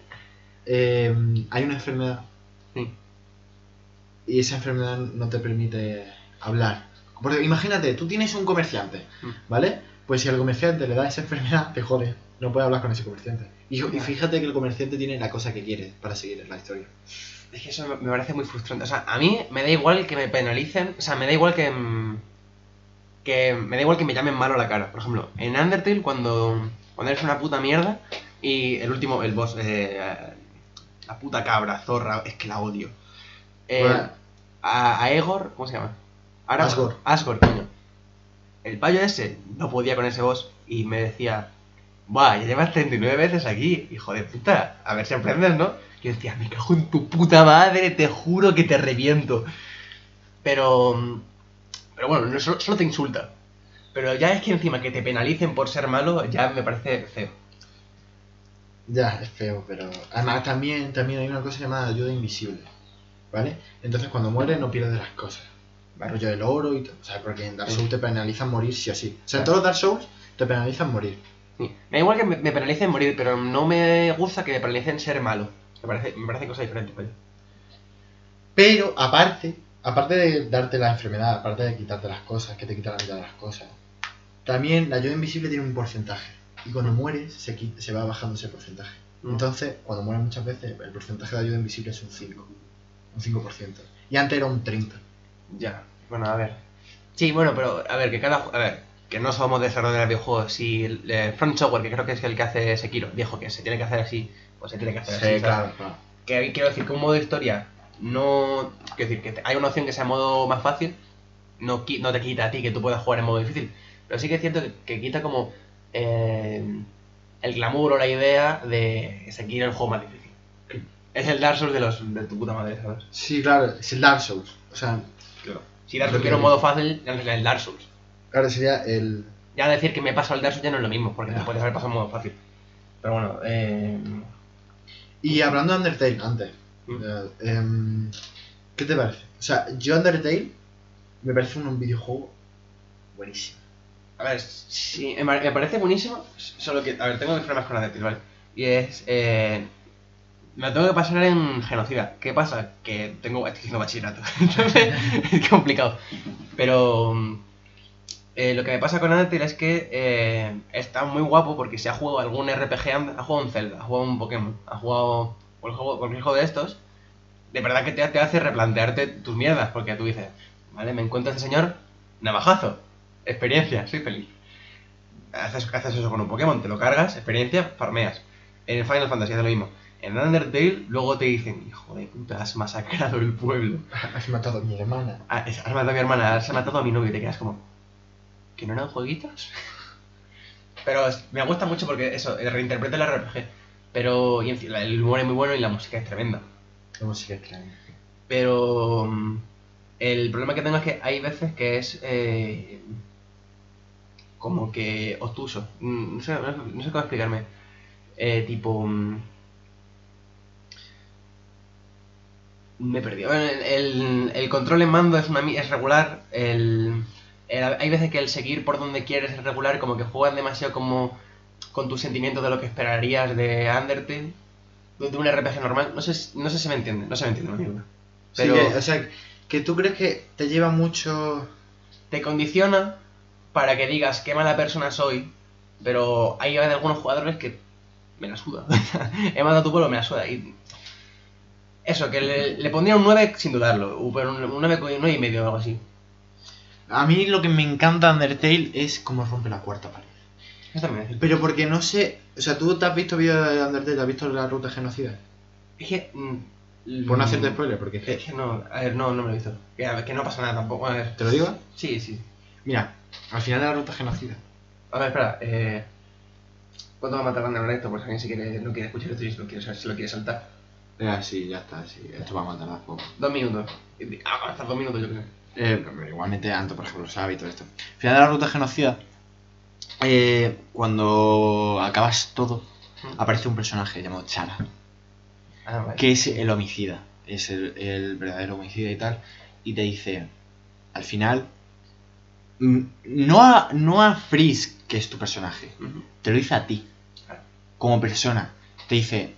hay una enfermedad. Sí. Y esa enfermedad no te permite hablar. Porque imagínate, tú tienes un comerciante, ¿vale? Pues si al comerciante le da esa enfermedad, te jode. No puedes hablar con ese comerciante. Y fíjate que el comerciante tiene la cosa que quiere para seguir en la historia. Es que eso me parece muy frustrante. O sea, a mí me da igual que me penalicen. O sea, me da igual que me da igual que me llamen malo a la cara. Por ejemplo, en Undertale, cuando eres una puta mierda y el boss, la puta cabra, zorra, es que la odio. Bueno. A Egor, ¿cómo se llama? Asgore. Asgore, coño. El payo ese no podía con ese boss y me decía, buah, ya llevas 39 veces aquí, hijo de puta, a ver si aprendes, ¿no? Y yo decía, me cago en tu puta madre, te juro que te reviento. Pero bueno, no, solo te insulta. Pero ya es que encima que te penalicen por ser malo, ya me parece feo. Ya, es feo, pero... Además, también hay una cosa llamada ayuda invisible, ¿vale? Entonces, cuando mueres no pierdes las cosas. Rollo del oro y todo. O sea, porque en Dark Souls te penalizan morir sí o sí. O sea, en todos los Dark Souls te penalizan morir. Sí. Me da igual que me penalicen morir, pero no me gusta que me penalicen ser malo. Me parece cosa diferente, coño. Pero, aparte de darte la enfermedad, aparte de quitarte las cosas, que te quita la mitad de las cosas, también la ayuda invisible tiene un porcentaje. Y cuando mueres, se va bajando ese porcentaje. Entonces, cuando mueres muchas veces, el porcentaje de ayuda invisible es un 5%. Un 5%. Y antes era un 30%. Ya, bueno, a ver. Sí, bueno, pero a ver, que no somos desarrolladores de videojuegos. Si Front Software, que creo que es el que hace Sekiro, dijo que se tiene que hacer así, pues se tiene que hacer así. Sí, claro. Que quiero decir que un modo de historia no. Quiero decir que hay una opción que sea modo más fácil, no te quita a ti que tú puedas jugar en modo difícil. Pero sí que es cierto que quita como el glamour o la idea de Sekiro el juego más difícil. Es el Dark Souls de tu puta madre, ¿sabes? Sí, claro, es el Dark Souls. O sea, claro. Si Dark Souls tuviera un modo fácil, ya no sería el Dark Souls. Claro, sería el... Ya decir que me paso al Dark Souls ya no es lo mismo, porque te puedes haber pasado en modo fácil. Pero bueno, Y hablando de Undertale, antes, ¿qué te parece? O sea, yo Undertale me parece un videojuego buenísimo. A ver, sí, me parece buenísimo, solo que, a ver, tengo problemas con Undertale, ¿vale? Y es, me lo tengo que pasar en Genocida. ¿Qué pasa? Que estoy haciendo bachillerato, entonces es complicado. Pero lo que me pasa con Undertale es que está muy guapo porque si ha jugado algún RPG, ha jugado un Zelda, ha jugado un Pokémon, ha jugado cualquier juego de estos, de verdad que te hace replantearte tus mierdas, porque tú dices, vale, me encuentro a este señor, navajazo, experiencia, soy feliz. Haces eso con un Pokémon, te lo cargas, experiencia, farmeas. En el Final Fantasy hace lo mismo. En Undertale luego te dicen, hijo de puta, has masacrado el pueblo. Has matado a mi hermana. Has matado a mi hermana, has matado a mi novio y te quedas como, ¿que no eran jueguitos? Pero me gusta mucho porque eso, reinterpreta el RPG. Pero el humor es muy bueno y la música es tremenda. La música es tremenda. Pero el problema que tengo es que hay veces que es como que obtuso. No sé cómo explicarme. Tipo... me he perdido. El control en mando es regular. Hay veces que el seguir por donde quieres es regular, como que juegas demasiado como con tus sentimientos de lo que esperarías de Undertale, de un RPG normal. No sé si me entiende, no se me entiende, amigo. Pero sí, o sea, que tú crees que te lleva mucho... Te condiciona para que digas qué mala persona soy, pero hay algunos jugadores que me la suda. He matado a tu pueblo, me la suda. Y eso, que le pondría un 9 sin dudarlo, pero un 9 y medio o algo así. A mí lo que me encanta de Undertale es cómo rompe la cuarta pared. Eso también es cierto. Pero porque no sé... O sea, ¿tú te has visto vídeos de Undertale? ¿Te has visto la ruta genocida? Es que... Por no hacerte spoiler, porque es que no... A ver, no me lo he visto. Que no pasa nada tampoco, a ver. ¿Te lo digo? Sí. Mira, al final de la ruta genocida. A ver, espera, ¿cuánto va a matar Wander esto? Pues alguien no quiere escuchar esto y se lo quiere saltar. Sí, ya está, sí. Esto va a matar a poco. 2 minutos. Hasta 2 minutos yo creo. Igualmente Anto, por ejemplo, sabe y todo esto. Al final de la ruta genocida Cuando acabas todo, aparece un personaje llamado Chara, Vale. que es el homicida, es el verdadero homicida y tal, y te dice, al final, no a Freeze, que es tu personaje, te lo dice a ti, como persona, te dice,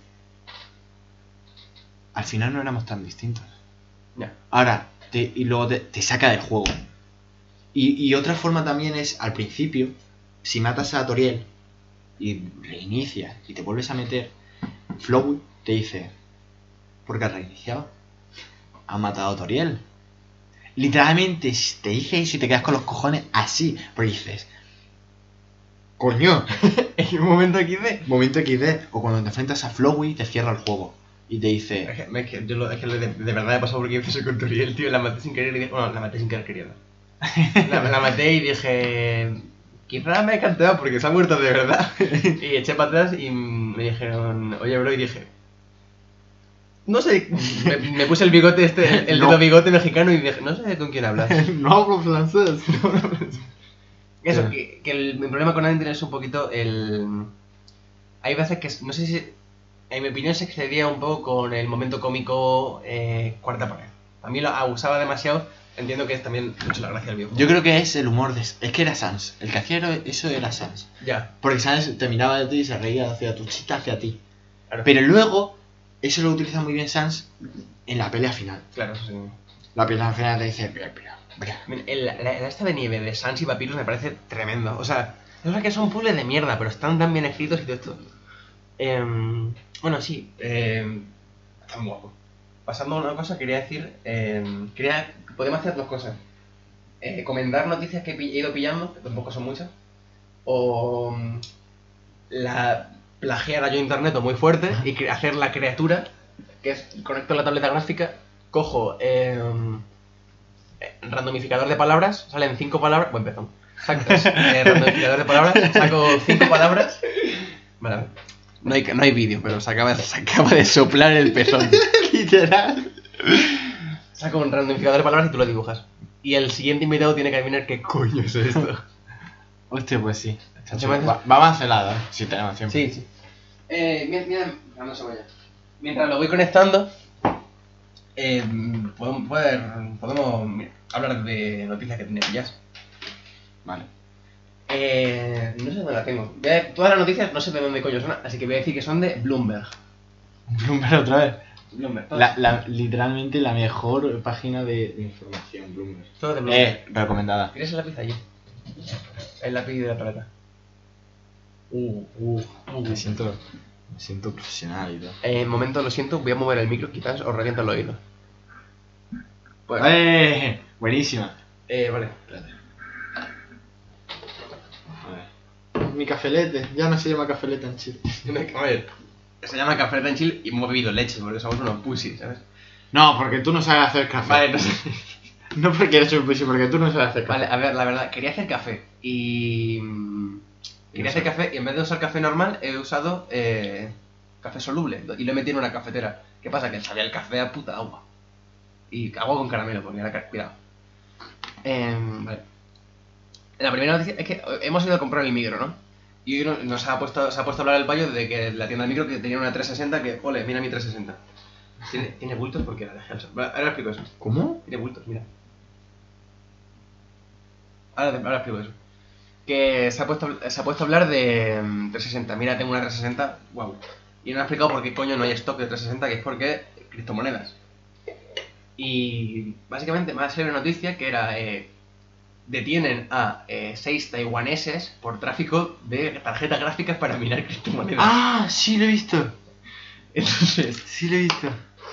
al final no éramos tan distintos. Ya. Ahora, y luego te saca del juego. Y otra forma también es, al principio, si matas a Toriel y reinicias y te vuelves a meter, Flowey te dice, ¿por qué has reiniciado? Han matado a Toriel. Literalmente te dice eso y te quedas con los cojones así, porque dices, coño, En un momento XD. momento XD. O cuando te enfrentas a Flowey te cierra el juego y te dice, Es que de verdad me ha pasado porque hice eso con Turiel, tío. La maté sin querer y dije. Bueno, la maté sin querer queriendo. La maté y dije. Quizá me he canteado porque se ha muerto de verdad. Y eché para atrás y me dijeron, oye, bro, y dije. No sé, me puse el bigote el No. dedo bigote mexicano y dije, no sé con quién hablas. no hablo francés. Eso, que mi problema con Android es un poquito el. Hay veces que, no sé si. En mi opinión se excedía un poco con el momento cómico cuarta pared. A mí lo abusaba demasiado. Entiendo que es también mucho la gracia del videojuego. Yo creo que es el humor es que era Sans. El que hacía eso era Sans. Ya, Porque Sans te miraba de ti y se reía hacia tu chita, hacia ti. claro. Pero luego, eso lo utiliza muy bien Sans en la pelea final. Claro, eso sí. La pelea final te dice, bra. La esta de nieve de Sans y Papyrus me parece tremendo. O sea, es verdad que son puzzles de mierda, pero están tan bien escritos y todo esto. Bueno, sí, está muy guapo. Pasando a una cosa, quería decir, podemos hacer dos cosas. Comentar noticias que he ido pillando, que tampoco son muchas, o plagiar a yo internet muy fuerte y hacer la criatura, que es conecto la tableta gráfica, cojo randomificador de palabras, salen 5 palabras, buen pezón, randomificador de palabras, saco 5 palabras, vale. No hay vídeo, pero se acaba de soplar el pezón. Literal. Saco un randomificador de palabras y tú lo dibujas. Y el siguiente invitado tiene que adivinar qué coño es esto. Hostia, pues sí. ¿Se me hace? Vamos a hacer la si tenemos tiempo. Sí. Mira, no se vaya. Mientras lo voy conectando, podemos hablar de noticias que tiene pillas. Vale. No sé dónde la tengo. Todas las noticias no sé de dónde coño son, así que voy a decir que son de Bloomberg. Bloomberg otra vez. Bloomberg, todas. Literalmente la mejor página de información, Bloomberg. Todo de Bloomberg. Recomendada. ¿Quieres el lápiz allí? El lápiz de la paleta. Me siento profesional y todo. Momento, lo siento, voy a mover el micro, quizás os revienta el oído. Pues, Buenísima. vale, espérate. A ver. Mi cafelete, ya no se llama cafelete en Chile. A ver, se llama Café en Chill y hemos bebido leche, porque somos unos pussies, ¿sabes? No, porque tú no sabes hacer café. Vale, no sé. No porque eres un pussy, porque tú no sabes hacer café. Vale, a ver, la verdad, quería hacer café y... Quería hacer café y en vez de usar café normal he usado café soluble y lo he metido en una cafetera. ¿Qué pasa? Que sabía el café a puta agua. Y agua con caramelo, porque era cuidado. Vale. La primera noticia es que hemos ido a comprar el micro, ¿no? Y hoy se ha puesto a hablar el payo de que la tienda de micro que tenía una 360 que, ole, mira mi 360. ¿Tiene bultos? Porque la dejé al sol. Vale, ahora explico eso. ¿Cómo? Tiene bultos, mira. Ahora explico eso. Que se ha puesto a hablar de 360. Mira, tengo una 360, guau. Y no ha explicado por qué coño no hay stock de 360, que es porque criptomonedas. Y básicamente me ha salido una noticia que era... detienen a 6 taiwaneses por tráfico de tarjetas gráficas para minar criptomonedas. Ah, sí lo he visto. Entonces, Sí lo he visto.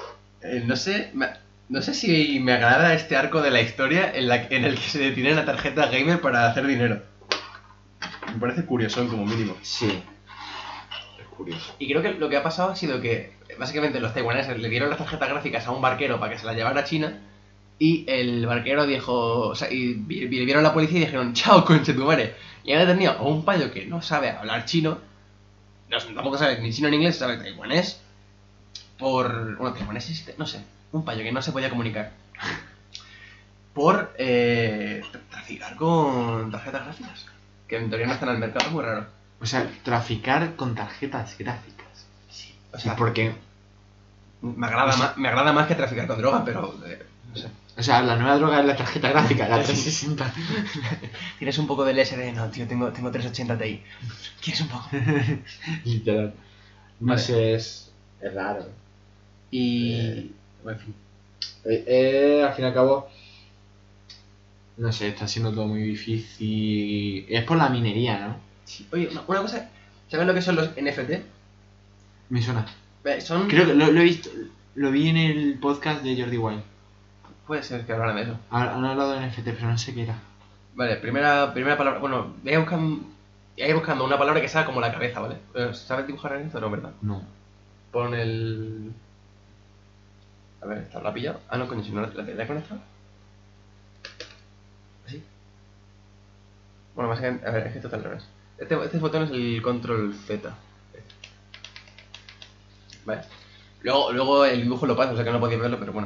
no sé si me agrada este arco de la historia en el que se detiene la tarjeta gamer para hacer dinero. Me parece curioso como mínimo. Sí. Es curioso. Y creo que lo que ha pasado ha sido que básicamente los taiwaneses le dieron las tarjetas gráficas a un barquero para que se las llevara a China. Y el barquero dijo, o sea, y vieron a la policía y dijeron, chao, conchetumare. Y han detenido a un payo que no sabe hablar chino, tampoco sabe ni chino ni inglés, sabe taiwanés, bueno, taiwanés existe, no sé, un payo que no se podía comunicar, por traficar con tarjetas gráficas. que en teoría no están al mercado, es muy raro. O sea, traficar con tarjetas gráficas. Sí. O sea, porque... Me agrada más que traficar con droga, pero... no sé. O sea, la nueva droga es la tarjeta gráfica, la 360. ¿Tienes un poco del SD? No, tío, tengo 380 Ti. ¿Quieres un poco? Literal. No Vale. sé, es raro. Y... en fin. Al fin y al cabo, no sé, está siendo todo muy difícil. Es por la minería, ¿no? Sí. Oye, una cosa... ¿Sabes lo que son los NFT? Me suena. Son... Creo que lo he visto, lo vi en el podcast de Jordi Wild. Puede ser que hablaran de eso. Han hablado de NFT, pero no sé qué era. Vale, primera palabra... Bueno, voy a ir buscando una palabra que sea como la cabeza, ¿vale? ¿Sabes dibujar en esto? No, ¿verdad? No. Pon el... A ver, ¿esta la ha pillado? Ah, no, coño, si no la he conectado. ¿Así? Bueno, más que... A ver, es que esto está al revés. Este botón es el control Z. Vale. Luego el dibujo lo paso, o sea que no podéis verlo, pero bueno.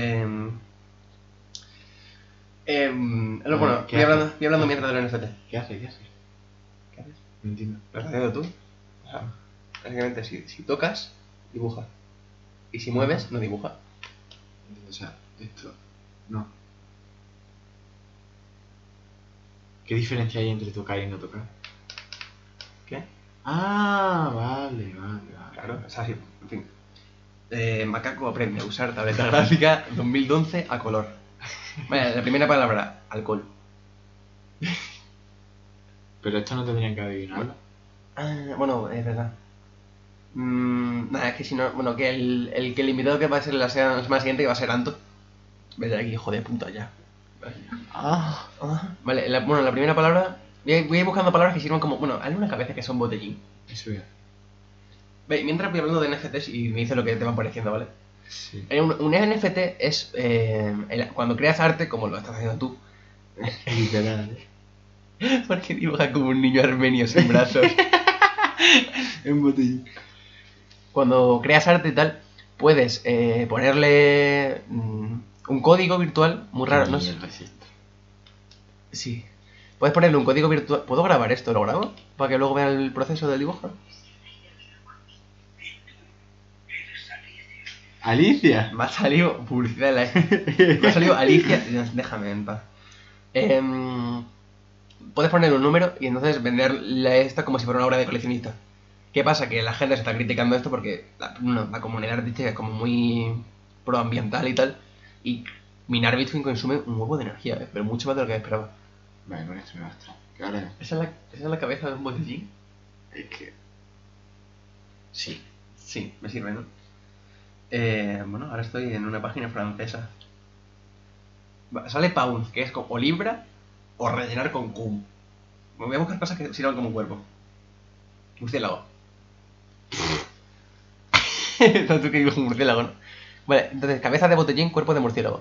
Bueno, ¿Qué voy hace? hablando mientras del NFT. ¿Qué hace? ¿Qué haces? No entiendo. ¿Lo estás haciendo tú? O sea, básicamente si tocas, dibuja. Y si mueves, no dibuja. O sea, esto... No. ¿Qué diferencia hay entre tocar y no tocar? ¿Qué? Ah, vale. Claro, o sea, sí, en fin. Macaco aprende a usar tableta gráfica 2011 a color. Vale, la primera palabra, alcohol. Pero esto no tendrían que adivinarlo. Ah, bueno, es verdad. Nada, es que si no... Bueno, que el invitado que va a ser la semana siguiente que va a ser Anto. Vete aquí, hijo de puta, ya. Vale, la primera palabra... Voy a ir buscando palabras que sirvan como... Bueno, hazle una cabeza que sea un botellín. Eso ya. Ve, mientras voy hablando de NFTs y me dice lo que te va pareciendo, ¿vale? Sí. Un NFT es... cuando creas arte, como lo estás haciendo tú... Literal. Porque dibuja como un niño armenio sin brazos. Un botellín. Cuando creas arte y tal, puedes ponerle un código virtual muy raro. No sé. Sí. Puedes ponerle un código virtual. ¿Puedo grabar esto? ¿Lo grabo? Para que luego vean el proceso del dibujo. Alicia. Me ha salido publicidad me ha salido Alicia. Déjame en paz. Puedes poner un número y entonces venderle esta como si fuera una obra de coleccionista. ¿Qué pasa? Que la gente se está criticando esto porque la comunidad artística es como muy proambiental y tal. Y minar Bitcoin consume un huevo de energía, pero mucho más de lo que esperaba. Vale, con esto me basta. ¿Qué ahora? ¿Esa es la cabeza de un botellín? Es que... Sí. Sí, me sirve, ¿no? Bueno, ahora estoy en una página francesa. Sale pound, que es o libra o rellenar con cum. Me voy a buscar cosas que sirvan como cuerpo. Murciélago. No, tú que dibujas un murciélago, ¿no? Vale, entonces, cabeza de botellín, cuerpo de murciélago.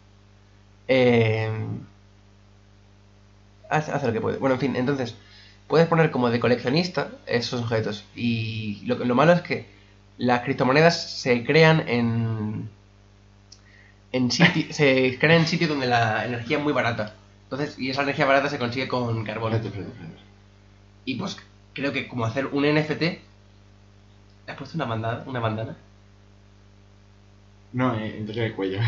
Hace lo que puede. Bueno, en fin, entonces, puedes poner como de coleccionista esos objetos. Y lo malo es que las criptomonedas se crean se crean en sitios donde la energía es muy barata. Entonces, y esa energía barata se consigue con carbón. Espérate. Y pues creo que como hacer un NFT. ¿Has puesto una bandana? No, entre el cuello.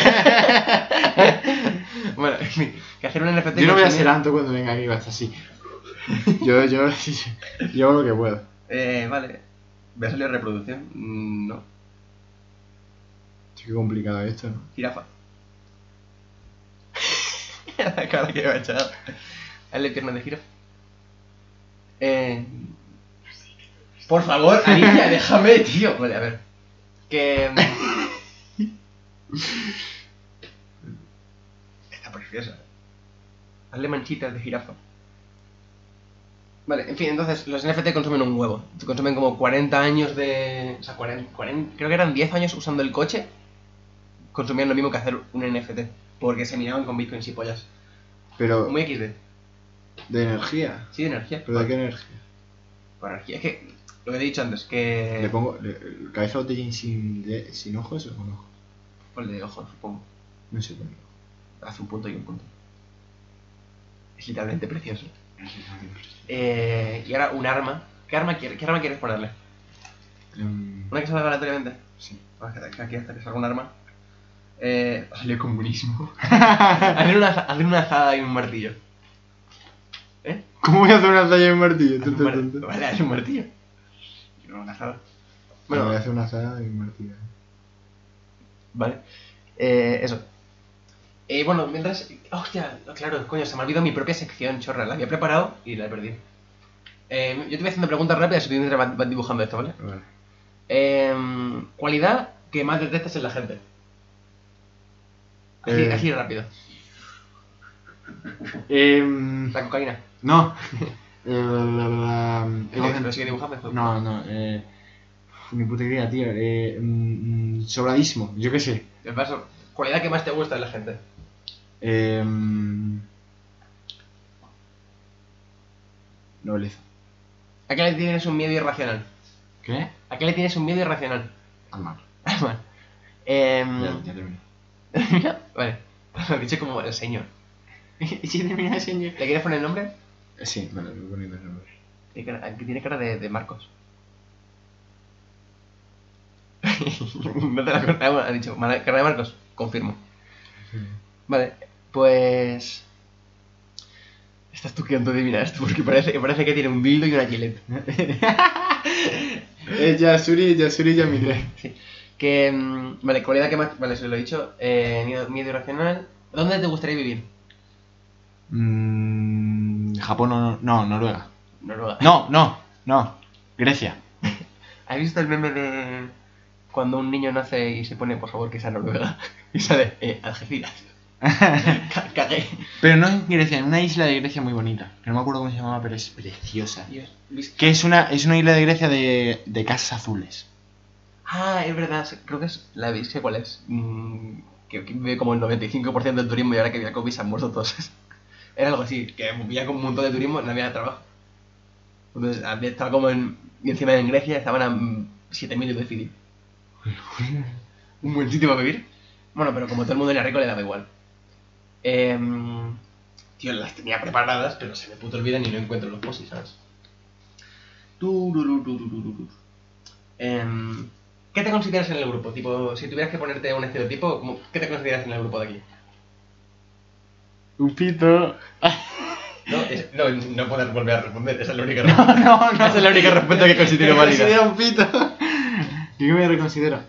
Bueno, en fin, que hacer un NFT... Yo no voy a ser Anto cuando venga aquí, va a estar así. Yo hago lo que puedo. Vale. ¿Me ha salido reproducción? No. Qué complicado esto, ¿no? Jirafa. La cara que me ha echado. Hazle piernas de jirafa. Por favor, Alicia, déjame, tío. Vale, a ver. Que... Está preciosa. Hazle manchitas de jirafa. Vale, en fin, entonces los NFT consumen un huevo. Consumen como 40 años de... O sea, 40, creo que eran 10 años usando el coche. Consumían lo mismo que hacer un NFT. Porque se miraban con bitcoins y pollas. Pero... Muy XD. ¿De energía? Sí, de energía. ¿Pero de qué energía? Por energía. Es que, lo que he dicho antes, que... ¿Le pongo cabeza de botellín sin ojos o con ojos? Ponle de ojos, supongo. No sé, ponlo. Hace un punto y un punto. Es literalmente precioso. Y ahora un arma. ¿Qué arma quieres ponerle? ¿Una que salga aleatoriamente? Sí. Aquí hasta que salga un arma. Ha salido comunismo. Hacer una azada y un martillo. ¿Eh? ¿Cómo voy a hacer una talla de un martillo? Vale, haz un martillo. Y no una azada. Bueno, voy a hacer una azada y un martillo. Vale. Eso. Bueno, mientras... Hostia, claro, coño, se me ha olvidado mi propia sección, chorra. La había preparado y la he perdido. Yo te voy haciendo preguntas rápidas y tú mientras vas dibujando esto, ¿vale? Vale. Cualidad que más detestas en la gente. Así rápido. La cocaína. No. Pero sigue dibujando. No. Ni puta idea, tío. Sobradísimo, yo qué sé. El paso. Cualidad que más te gusta en la gente. Nobleza. ¿A qué le tienes un miedo irracional? ¿Qué? ¿A qué le tienes un miedo irracional? Al mar. Bueno. Ya terminé. Vale. Lo he dicho como el señor. ¿Sí termina el señor? ¿Le quieres poner el nombre? Sí, vale, voy poniendo el nombre. Tiene cara de Marcos. No te la contamos, ha dicho. Cara de Marcos, confirmo. Sí. Vale, pues... Estás tú quedando de adivinar esto porque parece que tiene un dildo y una gilet. Yasuri Yamile. Sí. Que... vale, cualidad que más... Vale, eso lo he dicho. Miedo irracional. ¿Dónde te gustaría vivir? Japón no, Noruega. Noruega. No. Grecia. ¿Has visto el meme de cuando un niño nace y se pone, por favor, que sea Noruega? Y sale, Algeciras. Cagué. Pero no en Grecia, en una isla de Grecia muy bonita. Que no me acuerdo cómo se llamaba, pero es preciosa. Dios. Que es una isla de Grecia de casas azules. Ah, es verdad, creo que es la sé cuál es. Que vive como el 95% del turismo y ahora que viene COVID se han muerto todos. Era algo así, que había como un montón de turismo, no había trabajo. Entonces, estaba como y encima en Grecia estaban a 7.000 de Fidi. Un buen sitio para vivir. Bueno, pero como todo el mundo era rico le daba igual. Tío, las tenía preparadas, pero se me puto olvidan y no encuentro los posis, ¿sabes? ¿Qué te consideras en el grupo? Tipo, si tuvieras que ponerte un estereotipo, ¿qué te consideras en el grupo de aquí? Un pito. No puedes volver a responder, esa es la única respuesta. No. Esa es la única respuesta que considero Me válida. considero un pito. Yo me reconsidero.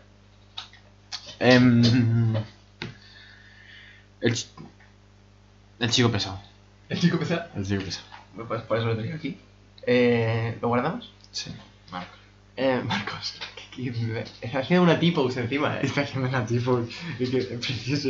El chico pesado. ¿El chico pesado? El chico pesado. Pues por eso lo tengo aquí. ¿Lo guardamos? Sí. Marco. Marcos. Está haciendo una T-pose encima, Está haciendo una tipo. Es que es precioso.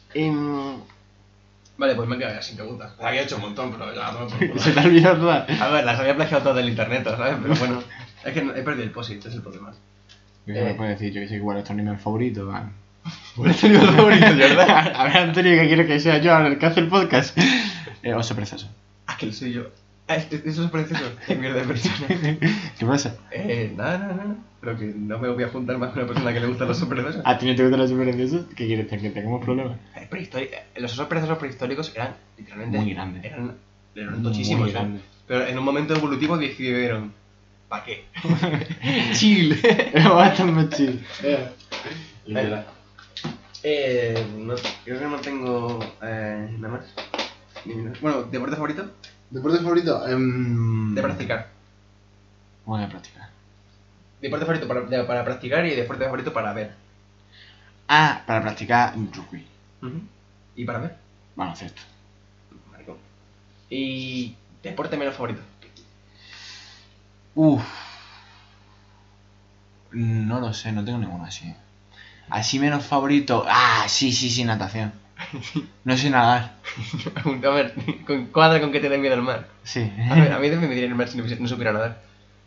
Vale, pues me he quedado ya sin preguntas. Había hecho un montón, pero ya no me puedo. Se te ha olvidado todas. A ver, las había plagiado todas del internet, ¿sabes? Pero bueno, es que he perdido el post-it, ese es el problema. Yo me puedo decir, yo que sé que igual es tu anime favorito, ¿vale? ¿Cuál es tu nivel favorito, verdad? A ver, Antonio, ¿qué quiere que sea yo ahora el que hace el podcast? Oso precioso. Ah, que lo soy yo. Eso es precioso. Qué mierda de persona. ¿Qué pasa? Nada. Pero que no me voy a juntar más con una persona que le gustan los osos perezosos. ¿A ti no te gustan los superpreciosos? ¿Qué quieres? ¿Que tengamos problemas? Los osos perezosos prehistóricos eran literalmente... Muy grandes. Eran tochísimos. Muy grandes. Pero en un momento evolutivo decidieron... ¿Para qué? Chill. Era bastante chill. Literal. No, creo que no tengo nada más. Bueno, ¿deporte favorito? ¿Deporte favorito? De practicar. Voy a practicar. Deporte favorito para practicar y deporte favorito para ver. Ah, para practicar rugby. ¿Y para ver? Baloncesto. Maricón. ¿Y deporte menos favorito? No lo sé, no tengo ninguno así. Así menos favorito. Ah, sí, natación. No sé nadar. A ver, cuadra con que te da miedo el mar. Sí. A mí también me diría el mar si no supiera nadar.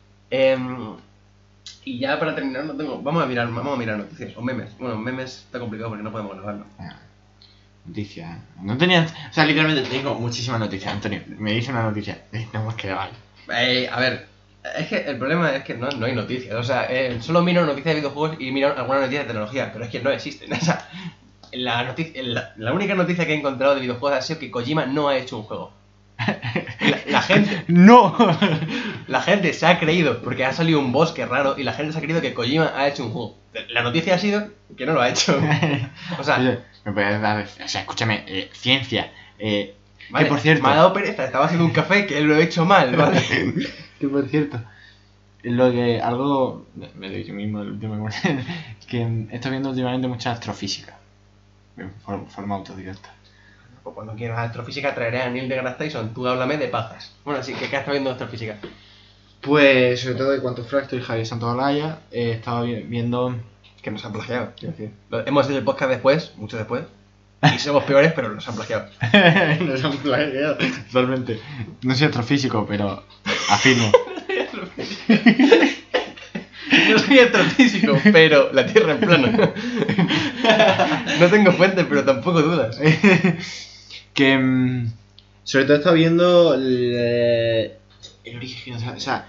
Y ya para terminar, no tengo. Vamos a mirar noticias o memes. Bueno, memes está complicado porque no podemos grabarlo. Noticias. No tenía. O sea, literalmente tengo muchísimas noticias, Antonio. Me dice una noticia. Tenemos que grabar. A ver, es que el problema es que no hay noticias. O sea, solo miro noticias de videojuegos y miro alguna noticia de tecnología, pero es que no existen. O sea, la única noticia que he encontrado de videojuegos ha sido que Kojima no ha hecho un juego. La gente... ¡No! La gente se ha creído, porque ha salido un bosque raro, y la gente se ha creído que Kojima ha hecho un juego. La noticia ha sido que no lo ha hecho. O sea... Oye, me puedes dar... O sea, escúchame, ciencia. Vale, que por cierto... me ha dado pereza, estaba haciendo un café que lo he hecho mal, ¿vale? Que por cierto... Lo que algo... Me doy yo mismo el último que estoy viendo últimamente mucha astrofísica. De forma autodidacta. Pues cuando quieras astrofísica traeré a Neil deGrasse Tyson. Tú háblame de pajas. Bueno, sí, ¿qué estás viendo astrofísica? Pues, sobre todo de Quantum Fractal y Javier Santolaya, estaba viendo... Que nos han plagiado, quiero decir. Hemos hecho el podcast después, mucho después. Y somos peores, pero nos han plagiado. Nos han plagiado, totalmente. No soy astrofísico, pero afirmo. No soy astrofísico, pero la Tierra es plana. No tengo fuentes, pero tampoco dudas. Que sobre todo estaba viendo el origen, o sea,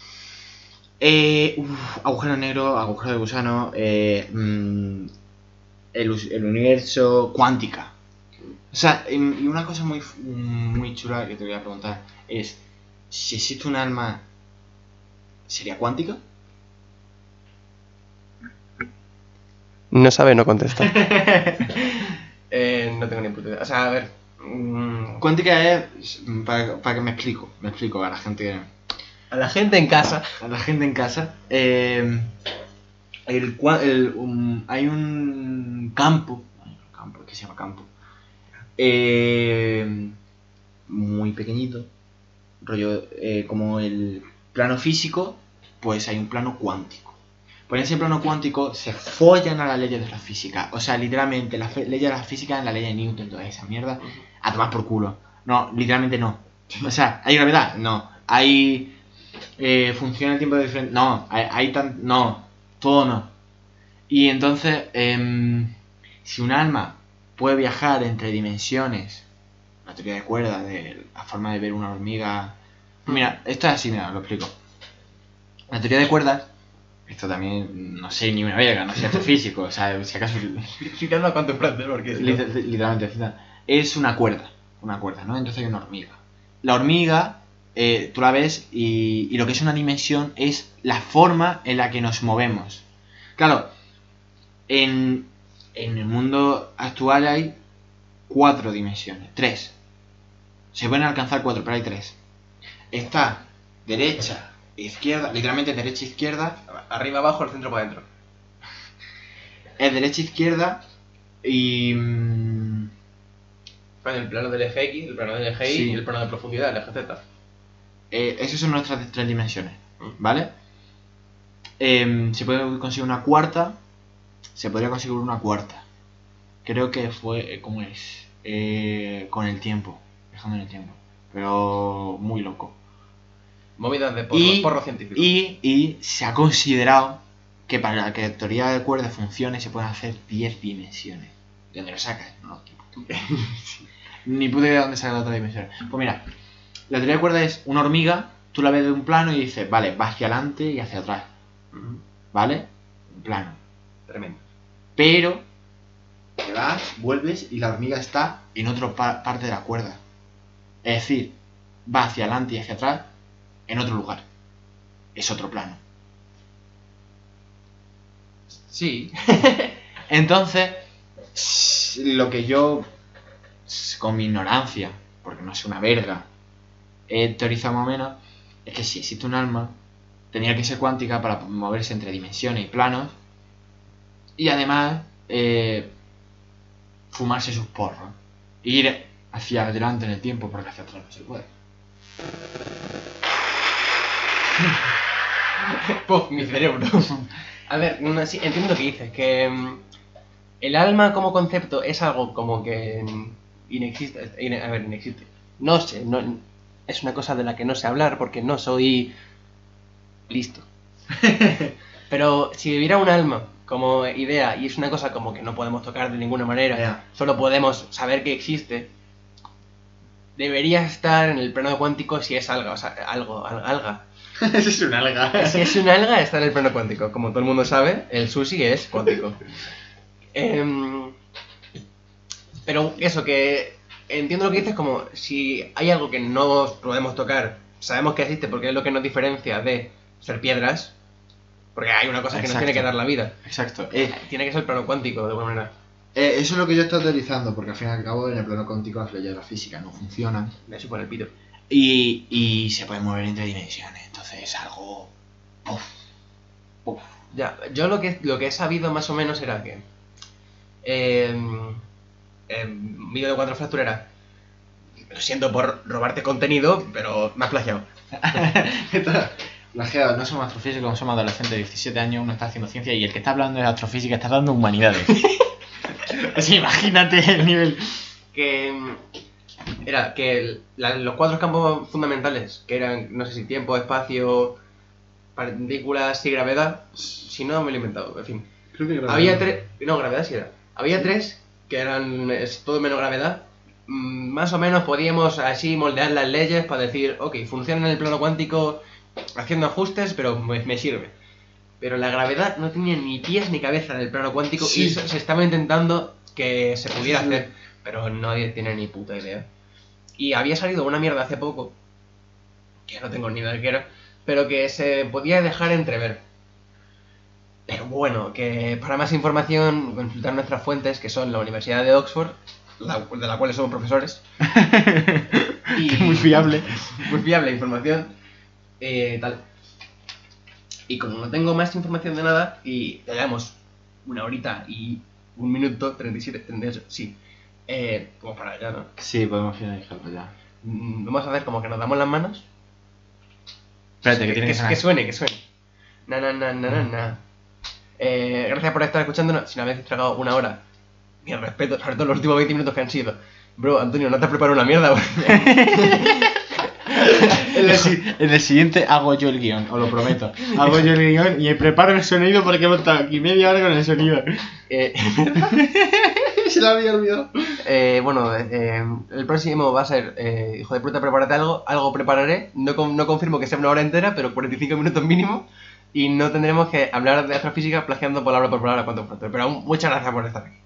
agujero negro, agujero de gusano, el universo, cuántica. O sea, y una cosa muy chula que te voy a preguntar es si existe un alma, ¿sería cuántica? No sabe, no contesta. No tengo ni puta idea. O sea, a ver. Cuántica es, para que me explico a la gente. A la gente en casa. A la gente en casa. Hay un campo que se llama campo. Muy pequeñito. Rollo, como el plano físico, pues hay un plano cuántico. Por ese plano cuántico se follan a las leyes de la física. O sea, literalmente, las leyes de la física en la ley de Newton, toda esa mierda, a tomar por culo. No, literalmente no. O sea, ¿hay gravedad? No. ¿Hay funciona el tiempo de diferente? No. No. Todo no. Y entonces, si un alma puede viajar entre dimensiones, la teoría de cuerdas, de la forma de ver una hormiga... Mira, esto es así, mira, lo explico. La teoría de cuerdas, esto también no sé ni una verga, no sé astrofísico, o sea, si acaso... Citando a Quantum Fractal, porque... Literalmente, es una cuerda, ¿no? Entonces hay una hormiga. La hormiga, tú la ves y lo que es una dimensión es la forma en la que nos movemos. Claro, en el mundo actual hay 4 dimensiones, 3. Se pueden alcanzar 4, pero hay 3. Está derecha, izquierda, literalmente derecha, izquierda. Arriba, abajo, el centro para adentro. Es derecha, izquierda y... El plano del eje X, el plano del eje Y, sí, y el plano de profundidad, el eje Z. Esas son nuestras 3 dimensiones, ¿vale? Se puede conseguir una cuarta. Se podría conseguir una cuarta. Creo que fue... ¿Cómo es? Con el tiempo. Dejando en el tiempo. Pero muy loco. Movidas de porro científico. Y se ha considerado que para que la teoría de cuerdas funcione se pueden hacer 10 dimensiones. ¿De dónde lo sacas? No, ni pude ver dónde saca la otra dimensión. Pues mira, la teoría de cuerdas es una hormiga, tú la ves de un plano y dices, vale, va hacia adelante y hacia atrás. ¿Vale? Un plano. Tremendo. Pero te vas, vuelves y la hormiga está en otra parte de la cuerda. Es decir, va hacia adelante y hacia atrás en otro lugar. Es otro plano. Sí. Entonces, lo que yo, con mi ignorancia, porque no sé una verga, he teorizado más o menos, es que si existe un alma, tenía que ser cuántica para moverse entre dimensiones y planos. Y además, fumarse sus porros. Ir hacia adelante en el tiempo, porque hacia atrás no se puede. Puf, mi cerebro. A ver, sí, entiendo lo que dices, que el alma como concepto es algo como que inexiste. Inexiste. No sé, no, es una cosa de la que no sé hablar porque no soy listo. Pero si viviera un alma como idea y es una cosa como que no podemos tocar de ninguna manera, solo podemos saber que existe, debería estar en el plano cuántico si es alga, o sea, alga. Es un alga. Si es un alga, está en el plano cuántico. Como todo el mundo sabe, el sushi es cuántico. Pero eso, que entiendo lo que dices como si hay algo que no podemos tocar, sabemos que existe porque es lo que nos diferencia de ser piedras, porque hay una cosa que nos tiene que dar la vida. Exacto. Tiene que ser el plano cuántico, de alguna manera. Eso es lo que yo estoy teorizando, porque al fin y al cabo en el plano cuántico las leyes de la física no funcionan. Me supone el pito. Y se pueden mover entre dimensiones, entonces es algo... Uf. Ya, yo lo que he sabido más o menos era que... vídeo de 4 fracturas era... Lo siento por robarte contenido, pero me has plagiado. Plagiado, no somos astrofísicos, somos adolescentes de 17 años, uno está haciendo ciencia y el que está hablando de astrofísica está dando humanidades. Así, imagínate el nivel. Que era que los 4 campos fundamentales, que eran, no sé si tiempo, espacio, partículas y gravedad, si no me lo he inventado, en fin. Creo que Había 3, no, gravedad sí era. Había 3 que eran todo menos gravedad. Más o menos podíamos así moldear las leyes para decir, ok, funciona en el plano cuántico haciendo ajustes, pero me sirve. Pero la gravedad no tenía ni pies ni cabeza en el plano cuántico y se estaba intentando que se pudiera hacer, pero nadie tiene ni puta idea. Y había salido una mierda hace poco, que no tengo ni idea de qué era, pero que se podía dejar entrever. Pero bueno, que para más información consultar nuestras fuentes, que son la Universidad de Oxford, de la cual somos profesores. Y muy fiable. Muy fiable información. Tal. Y como no tengo más información de nada, y ya llevamos 1 horita y 1 minuto, 37, 38, sí. Como para allá, ¿no? Sí, podemos finalizarlo ya. Vamos a hacer como que nos damos las manos. Espérate, que tiene que sonar. Que suene. Na. Gracias por estar escuchándonos. Si no habéis tragado 1 hora, mi respeto, sobre todo los últimos 20 minutos que han sido. Bro, Antonio, no te has preparado una mierda, En el siguiente hago yo el guión, os lo prometo. Hago yo el guión y preparo el sonido porque hemos estado aquí media hora con el sonido. Se lo había olvidado. Bueno, el próximo va a ser hijo de puta, prepárate algo prepararé. No confirmo que sea 1 hora entera, pero 45 minutos mínimo. Y no tendremos que hablar de astrofísica plagiando palabra por palabra cuanto falta. Pero aún, muchas gracias por estar aquí.